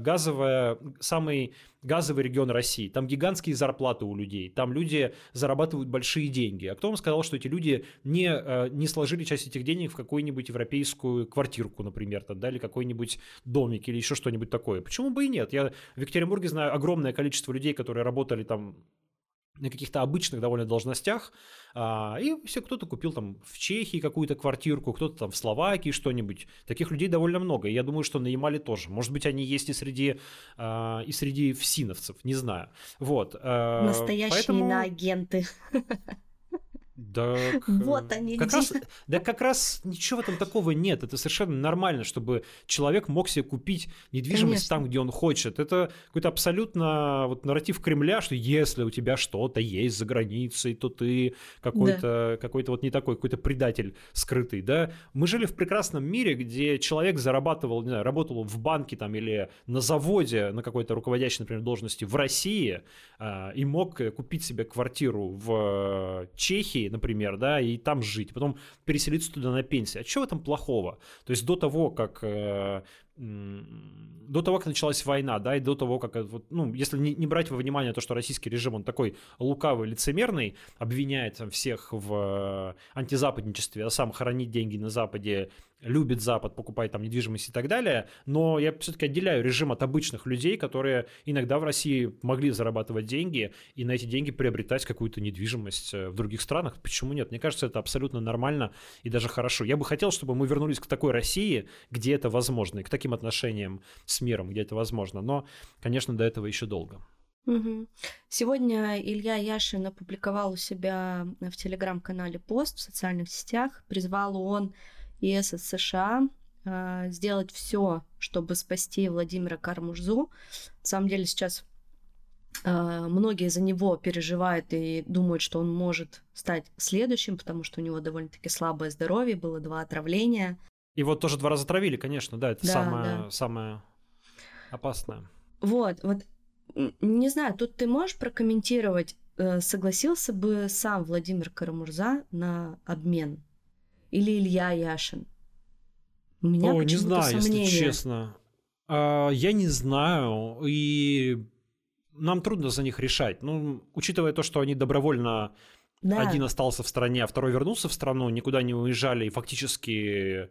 самый газовый регион России. Там гигантские зарплаты у людей. Там люди зарабатывают большие деньги. А кто вам сказал, что эти люди не сложили часть этих денег в какую-нибудь европейскую квартирку, например, там, да, или какой-нибудь домик, или еще что-нибудь такое? Почему бы и нет? Я в Екатеринбурге знаю огромное количество людей, которые работали там на каких-то обычных довольно должностях, и все, кто-то купил там в Чехии какую-то квартирку, кто-то там в Словакии что-нибудь. Таких людей довольно много, и я думаю, что на Ямале тоже. Может быть, они есть и среди фсиновцев, не знаю. Вот. Настоящие иноагенты. Да, вот они как раз ничего в этом такого нет. Это совершенно нормально, чтобы человек мог себе купить недвижимость там, где он хочет. Это какой-то абсолютно нарратив Кремля, что если у тебя что-то есть за границей, то ты какой-то не такой, какой-то предатель скрытый. Да? Мы жили в прекрасном мире, где человек зарабатывал, не знаю, работал в банке там, или на заводе на какой-то руководящей, например, должности в России и мог купить себе квартиру в Чехии, например, например, да, и там жить, потом переселиться туда на пенсию. А что в этом плохого? То есть до того, как началась война, да, и до того, как, ну, если не брать во внимание то, что российский режим, он такой лукавый, лицемерный, обвиняет там всех в антизападничестве, а сам хранит деньги на Западе, любит Запад, покупает там недвижимость и так далее, но я все-таки отделяю режим от обычных людей, которые иногда в России могли зарабатывать деньги и на эти деньги приобретать какую-то недвижимость в других странах. Почему нет? Мне кажется, это абсолютно нормально и даже хорошо. Я бы хотел, чтобы мы вернулись к такой России, где это возможно, и к таким отношениям с миром, где это возможно. Но, конечно, до этого еще долго. Угу. Сегодня Илья Яшин опубликовал у себя в телеграм-канале пост в социальных сетях. Призвал он ЕС и США сделать все, чтобы спасти Владимира Кара-Мурзу. На самом деле сейчас многие за него переживают и думают, что он может стать следующим, потому что у него довольно-таки слабое здоровье, было 2 отравления. И вот тоже 2 раза травили, конечно, да, это самое опасное. Вот, не знаю, тут ты можешь прокомментировать, согласился бы сам Владимир Кара-Мурза на обмен? Или Илья Яшин? У меня не знаю, сомнения. если честно. Я не знаю, и нам трудно за них решать. Ну, учитывая то, что они добровольно, один остался в стране, а второй вернулся в страну, никуда не уезжали и фактически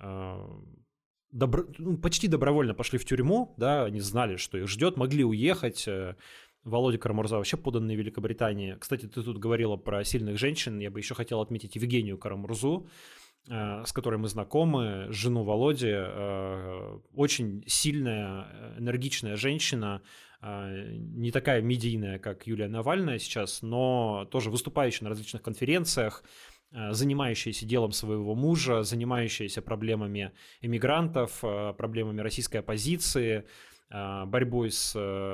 почти добровольно пошли в тюрьму, да, они знали, что их ждет, могли уехать. Володя Кара-Мурза вообще подданный Великобритании. Кстати, ты тут говорила про сильных женщин. Я бы еще хотел отметить Евгению Кара-Мурзу, с которой мы знакомы, жену Володи. Очень сильная, энергичная женщина, не такая медийная, как Юлия Навальная сейчас, но тоже выступающая на различных конференциях, занимающаяся делом своего мужа, занимающаяся проблемами эмигрантов, проблемами российской оппозиции, борьбой с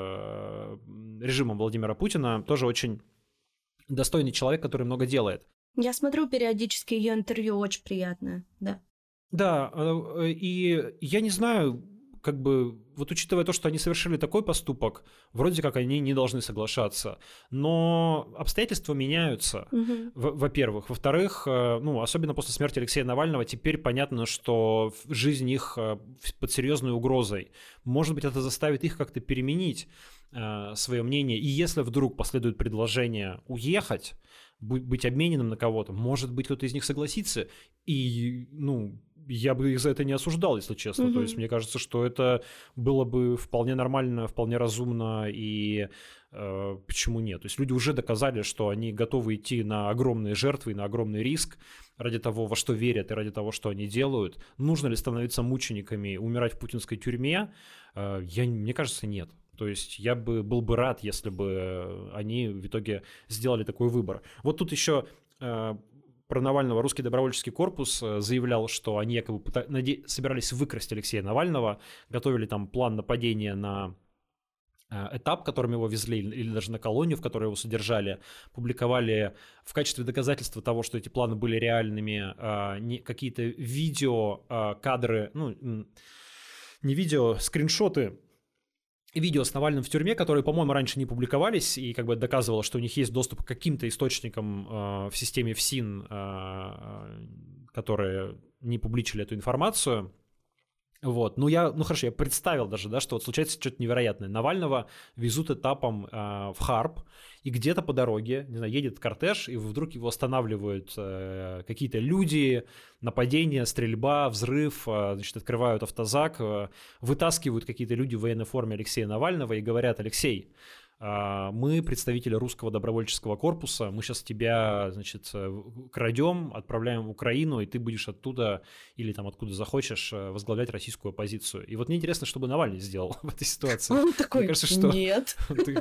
режимом Владимира Путина, тоже очень достойный человек, который много делает. Я смотрю периодически ее интервью, очень приятное, да. Да, и я не знаю, как бы, вот учитывая то, что они совершили такой поступок, вроде как они не должны соглашаться, но обстоятельства меняются, во-первых. Во-вторых, ну, особенно после смерти Алексея Навального, теперь понятно, что жизнь их под серьезной угрозой. Может быть, это заставит их как-то переменить свое мнение, и если вдруг последует предложение уехать, быть обмененным на кого-то, может быть, кто-то из них согласится, и, ну, я бы их за это не осуждал, если честно. То есть мне кажется, что это было бы вполне нормально, вполне разумно, и почему нет? То есть люди уже доказали, что они готовы идти на огромные жертвы, на огромный риск ради того, во что верят и ради того, что они делают. Нужно ли становиться мучениками, умирать в путинской тюрьме? Мне кажется, нет. То есть я был бы рад, если бы они в итоге сделали такой выбор. Вот тут еще про Навального русский добровольческий корпус заявлял, что они якобы собирались выкрасть Алексея Навального, готовили там план нападения на этап, которым его везли, или даже на колонию, в которой его содержали, публиковали в качестве доказательства того, что эти планы были реальными, какие-то видео, кадры, ну, не видео, скриншоты, видео с Навальным в тюрьме, которые, по-моему, раньше не публиковались, и как бы доказывало, что у них есть доступ к каким-то источникам в системе ФСИН, которые не публичили эту информацию. Вот, хорошо, я представил даже, да, что вот случается что-то невероятное. Навального везут этапом в Харп, и где-то по дороге, не знаю, едет кортеж, и вдруг его останавливают какие-то люди, нападение, стрельба, взрыв, значит, открывают автозак, вытаскивают какие-то люди в военной форме Алексея Навального и говорят: Алексей, мы представители русского добровольческого корпуса, мы сейчас тебя, значит, крадем, отправляем в Украину, и ты будешь оттуда или там откуда захочешь возглавлять российскую оппозицию. И вот мне интересно, что бы Навальный сделал в этой ситуации. Он такой: мне кажется, что... нет.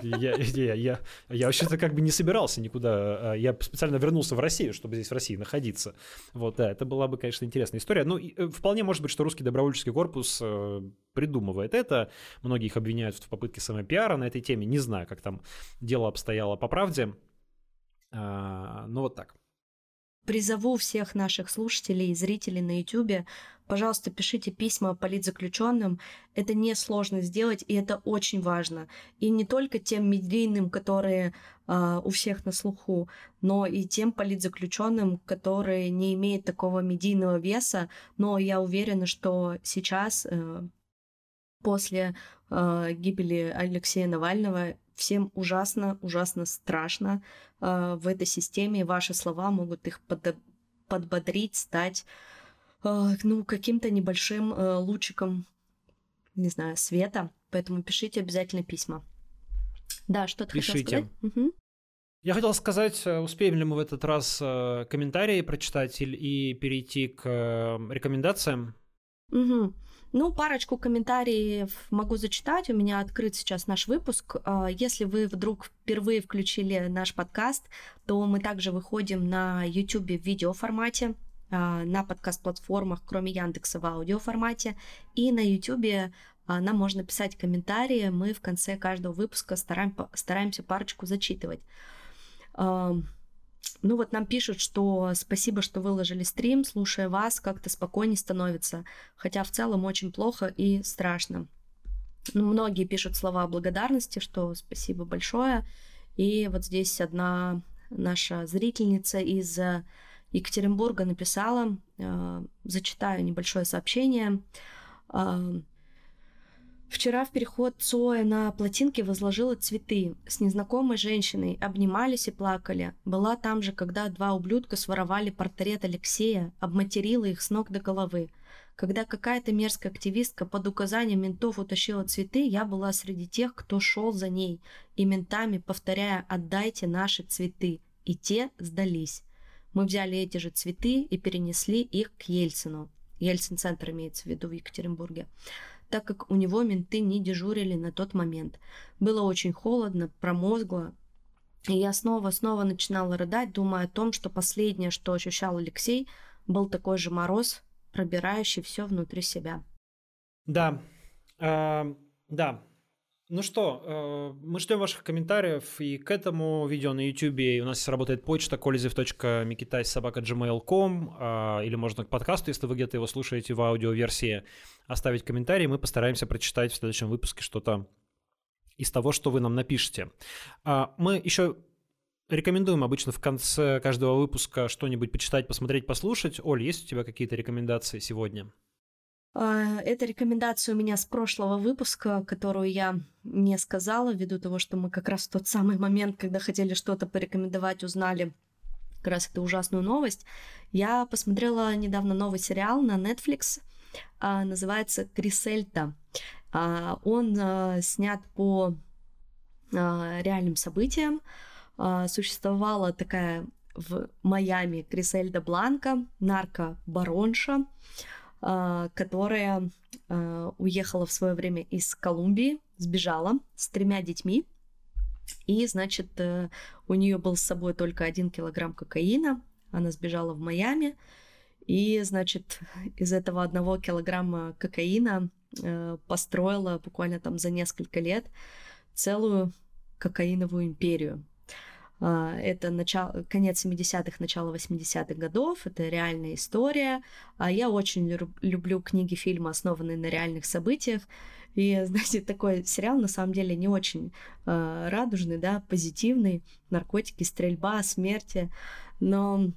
Я вообще-то как бы не собирался никуда, я специально вернулся в Россию, чтобы здесь в России находиться. Вот, да, это была бы, конечно, интересная история. Ну, вполне может быть, что русский добровольческий корпус придумывает это. Многие их обвиняют в попытке самопиара на этой теме. Не знаю, как там дело обстояло по правде. Но вот так. призову всех наших слушателей и зрителей на YouTube, пожалуйста, пишите письма политзаключенным. Это несложно сделать, и это очень важно. И не только тем медийным, которые у всех на слуху, но и тем политзаключенным, которые не имеют такого медийного веса. Но я уверена, что сейчас, после гибели Алексея Навального, всем ужасно, ужасно страшно в этой системе. Ваши слова могут их подбодрить, стать каким-то небольшим лучиком, не знаю, света. Поэтому пишите обязательно письма. Да, что ты хотел сказать? Угу. Я хотел сказать, успеем ли мы в этот раз комментарии прочитать и перейти к рекомендациям? Угу. Парочку комментариев могу зачитать. У меня открыт сейчас наш выпуск. Если вы вдруг впервые включили наш подкаст, то мы также выходим на YouTube в видеоформате, на подкаст-платформах, кроме Яндекса, в аудиоформате. И на YouTube нам можно писать комментарии. Мы в конце каждого выпуска стараемся парочку зачитывать. Нам пишут, что спасибо, что выложили стрим, слушая вас, как-то спокойнее становится, хотя в целом очень плохо и страшно. Многие пишут слова благодарности, что спасибо большое. И вот здесь одна наша зрительница из Екатеринбурга написала, зачитаю небольшое сообщение. Вчера в переход Цоя на Плотинке возложила цветы. С незнакомой женщиной обнимались и плакали. Была там же, когда два ублюдка своровали портрет Алексея, обматерила их с ног до головы. Когда какая-то мерзкая активистка под указанием ментов утащила цветы, я была среди тех, кто шел за ней, и ментами повторяя «отдайте наши цветы», и те сдались. Мы взяли эти же цветы и перенесли их к Ельцину. Ельцин-центр имеется в виду в Екатеринбурге, так как у него менты не дежурили на тот момент. Было очень холодно, промозгло, и я снова начинала рыдать, думая о том, что последнее, что ощущал Алексей, был такой же мороз, пробирающий все внутри себя. Да. Ну что, мы ждем ваших комментариев и к этому видео на YouTube. У нас работает почта kolezev.mikitay@gmail.com, или можно к подкасту, если вы где-то его слушаете в аудиоверсии, оставить комментарий. Мы постараемся прочитать в следующем выпуске что-то из того, что вы нам напишете. Мы еще рекомендуем обычно в конце каждого выпуска что-нибудь почитать, посмотреть, послушать. Оль, есть у тебя какие-то рекомендации сегодня? Это рекомендация у меня с прошлого выпуска, которую я не сказала, ввиду того, что мы как раз в тот самый момент, когда хотели что-то порекомендовать, узнали как раз эту ужасную новость. Я посмотрела недавно новый сериал на Netflix, называется «Крисельта». Он снят по реальным событиям. Существовала такая в Майами Крисельда Бланка, наркобаронша, которая уехала в свое время из Колумбии, сбежала с 3 детьми, и, значит, у нее был с собой только 1 килограмм кокаина, она сбежала в Майами, и, значит, из этого 1 килограмма кокаина построила буквально там за несколько лет целую кокаиновую империю. Это конец 70-х, начало 80-х годов, это реальная история. Я очень люблю книги, фильмы, основанные на реальных событиях. И, знаете, такой сериал, на самом деле, не очень радужный, да, позитивный. Наркотики, стрельба, смерти. Но,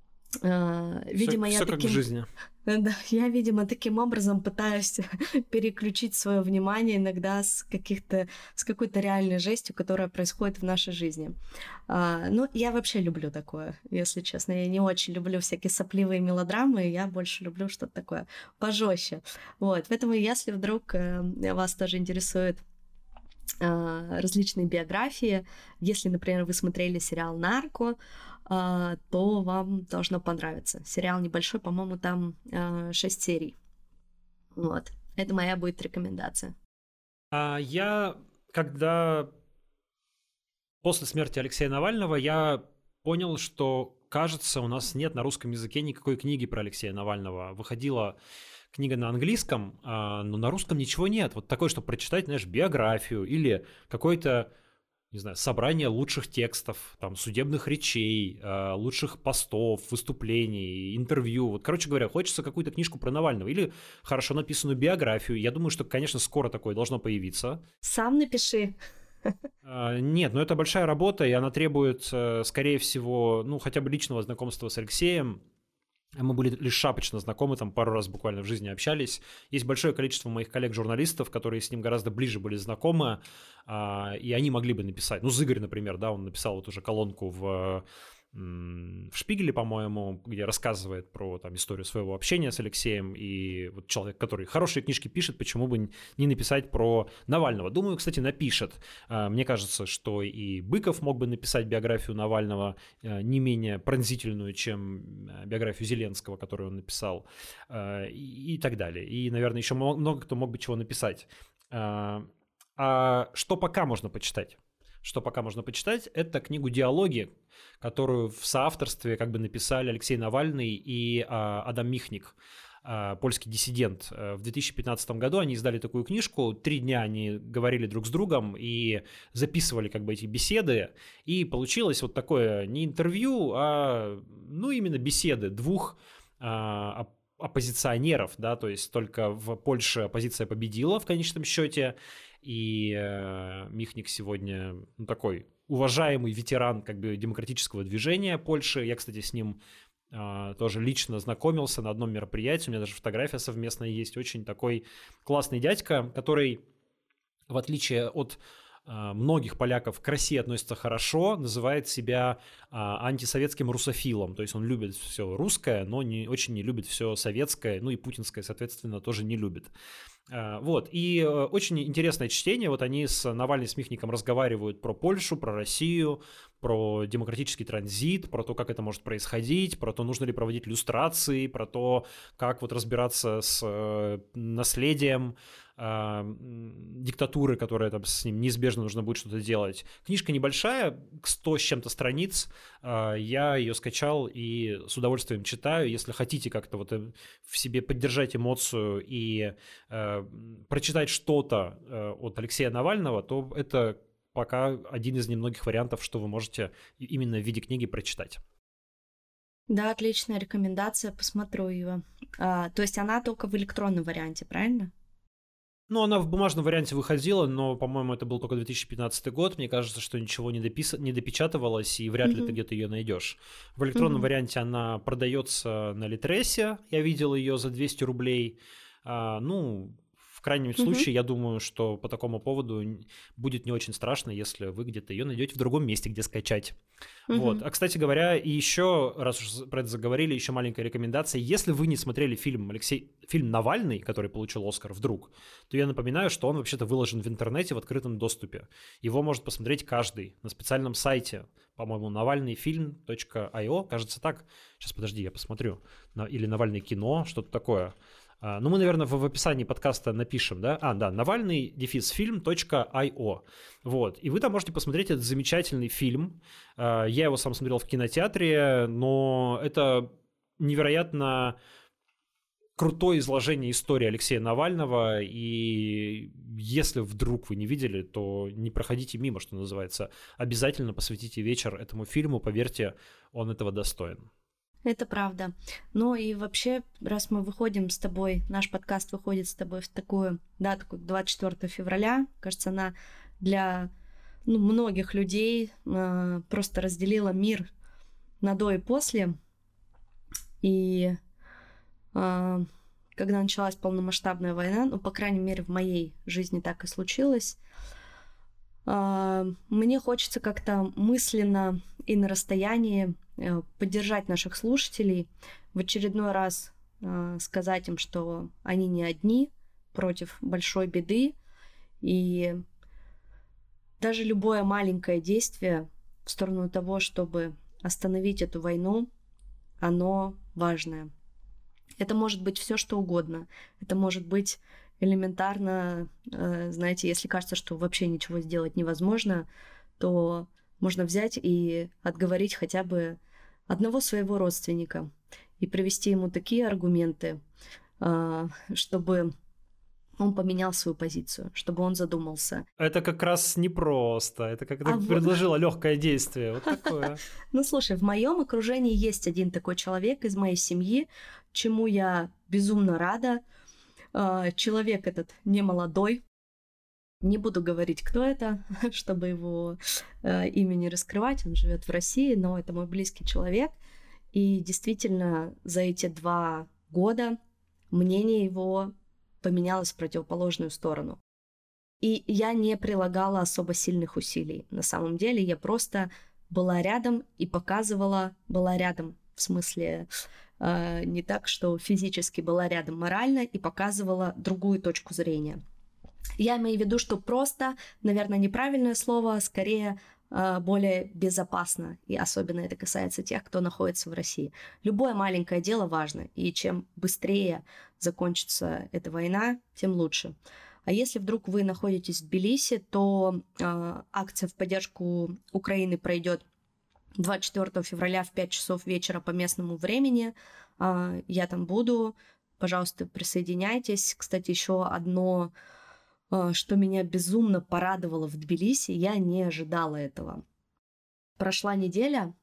видимо, всё как в жизни. Да, я, видимо, таким образом пытаюсь переключить свое внимание иногда с какой-то реальной жестью, которая происходит в нашей жизни. Я вообще люблю такое, если честно. Я не очень люблю всякие сопливые мелодрамы, я больше люблю что-то такое пожестче. Вот, поэтому если вдруг вас тоже интересует различные биографии, если, например, вы смотрели сериал «Нарко», то вам должно понравиться. Сериал небольшой, по-моему, там 6 серий. Вот. Это моя будет рекомендация. Я, когда после смерти Алексея Навального, я понял, что, кажется, у нас нет на русском языке никакой книги про Алексея Навального. Выходила книга на английском, но на русском ничего нет. Вот такое, чтобы прочитать, знаешь, биографию или какой-то не знаю, собрание лучших текстов, там, судебных речей, лучших постов, выступлений, интервью. Вот, короче говоря, хочется какую-то книжку про Навального или хорошо написанную биографию. Я думаю, что, конечно, скоро такое должно появиться. Сам напиши. Нет, но это большая работа, и она требует, скорее всего, ну, хотя бы личного знакомства с Алексеем. Мы были лишь шапочно знакомы, там пару раз буквально в жизни общались. Есть большое количество моих коллег-журналистов, которые с ним гораздо ближе были знакомы, и они могли бы написать. Ну, Зыгорь, например, да, он написал вот уже колонку в Шпигеле, по-моему, где рассказывает про там историю своего общения с Алексеем, и вот человек, который хорошие книжки пишет, почему бы не написать про Навального. Думаю, кстати, напишет. Мне кажется, что и Быков мог бы написать биографию Навального не менее пронзительную, чем биографию Зеленского, которую он написал, и так далее. И, наверное, еще много кто мог бы чего написать. А что пока можно почитать? Что пока можно почитать, это книгу «Диалоги», которую в соавторстве как бы написали Алексей Навальный и Адам Михник, польский диссидент. В 2015 году они издали такую книжку, 3 дня они говорили друг с другом и записывали как бы эти беседы, и получилось вот такое не интервью, ну именно беседы двух оппозиционеров, да, то есть только в Польше оппозиция победила в конечном счете, и Михник сегодня такой уважаемый ветеран как бы демократического движения Польши. Я, кстати, с ним тоже лично знакомился на одном мероприятии, у меня даже фотография совместная есть, очень такой классный дядька, который, в отличие от многих поляков, к России относится хорошо, называет себя антисоветским русофилом, то есть он любит все русское, но очень не любит все советское, ну и путинское, соответственно, тоже не любит. Вот, и очень интересное чтение, вот они с Навальным, с Михником разговаривают про Польшу, про Россию, про демократический транзит, про то, как это может происходить, про то, нужно ли проводить люстрации, про то, как вот разбираться с наследием диктатуры, которая там с ним неизбежно нужно будет что-то делать. Книжка небольшая, 100 с чем-то страниц, я ее скачал и с удовольствием читаю. Если хотите как-то вот в себе поддержать эмоцию и прочитать что-то от Алексея Навального, то это пока один из немногих вариантов, что вы можете именно в виде книги прочитать. Да, отличная рекомендация, посмотрю ее. То есть она только в электронном варианте, правильно? Ну, она в бумажном варианте выходила, но, по-моему, это был только 2015 год. Мне кажется, что ничего не допечатывалось, и вряд ли ты где-то ее найдешь. В электронном варианте она продается на Литресе. Я видел ее за 200 рублей. Ну, в крайнем случае, я думаю, что по такому поводу будет не очень страшно, если вы где-то ее найдете в другом месте, где скачать. Вот. А, кстати говоря, и еще, раз уж про это заговорили, еще маленькая рекомендация. Если вы не смотрели фильм «Навальный», который получил «Оскар» вдруг, то я напоминаю, что он вообще-то выложен в интернете в открытом доступе. Его может посмотреть каждый на специальном сайте, по-моему, navalnyfilm.io, кажется так. Сейчас, подожди, я посмотрю. Или «Навальный кино», что-то такое. Ну, мы, наверное, в описании подкаста напишем, да? Да, navalny-film.io. Вот. И вы там можете посмотреть этот замечательный фильм. Я его сам смотрел в кинотеатре, но это невероятно крутое изложение истории Алексея Навального. И если вдруг вы не видели, то не проходите мимо, что называется. Обязательно посвятите вечер этому фильму. Поверьте, он этого достоин. Это правда. Ну и вообще, раз мы выходим с тобой, наш подкаст выходит с тобой в такую дату, как 24 февраля, кажется, она для многих людей просто разделила мир на до и после. И когда началась полномасштабная война, по крайней мере, в моей жизни так и случилось, мне хочется как-то мысленно и на расстоянии поддержать наших слушателей, в очередной раз сказать им, что они не одни против большой беды, и даже любое маленькое действие в сторону того, чтобы остановить эту войну, оно важное. Это может быть все, что угодно. Это может быть элементарно, знаете, если кажется, что вообще ничего сделать невозможно, то можно взять и отговорить хотя бы одного своего родственника и привести ему такие аргументы, чтобы он поменял свою позицию, чтобы он задумался. Это как раз непросто. Это как ты предложила легкое действие. Вот такое. Ну, слушай, в моем окружении есть один такой человек из моей семьи, чему я безумно рада. Человек этот не молодой. Не буду говорить, кто это, чтобы его имя не раскрывать. Он живет в России, но это мой близкий человек. И действительно, за эти 2 года мнение его поменялось в противоположную сторону. И я не прилагала особо сильных усилий. На самом деле я просто была рядом и показывала, была рядом, в смысле не так, что физически была рядом морально и показывала другую точку зрения. Я имею в виду, что просто, наверное, неправильное слово, скорее более безопасно, и особенно это касается тех, кто находится в России. Любое маленькое дело важно, и чем быстрее закончится эта война, тем лучше. А если вдруг вы находитесь в Тбилиси, то акция в поддержку Украины пройдет 24 февраля в 5 часов вечера по местному времени. Я там буду. Пожалуйста, присоединяйтесь. Кстати, еще одно, что меня безумно порадовало в Тбилиси, я не ожидала этого. Прошла неделя,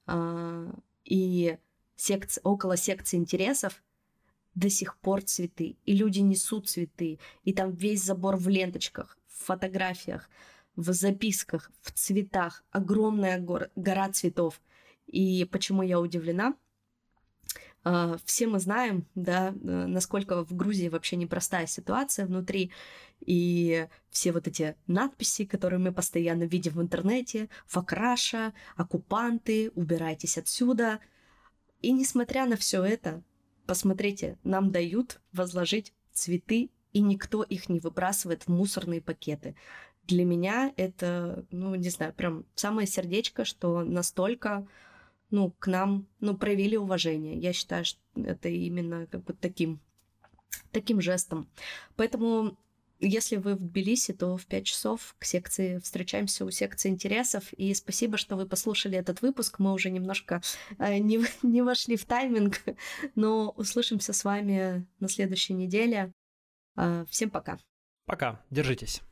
и около секции интересов до сих пор цветы. И люди несут цветы. И там весь забор в ленточках, в фотографиях, в записках, в цветах. Огромная гора цветов. И почему я удивлена? Все мы знаем, да, насколько в Грузии вообще непростая ситуация внутри. И все вот эти надписи, которые мы постоянно видим в интернете: «Факраша», «Оккупанты», «Убирайтесь отсюда». И несмотря на все это, посмотрите, нам дают возложить цветы, и никто их не выбрасывает в мусорные пакеты. Для меня это, не знаю, прям самое сердечко, что настолько, к нам, проявили уважение. Я считаю, что это именно как бы таким жестом. Поэтому, если вы в Тбилиси, то в 5 часов к секции встречаемся у секции интересов. И спасибо, что вы послушали этот выпуск. Мы уже немножко не вошли в тайминг, но услышимся с вами на следующей неделе. Всем пока. Пока. Держитесь.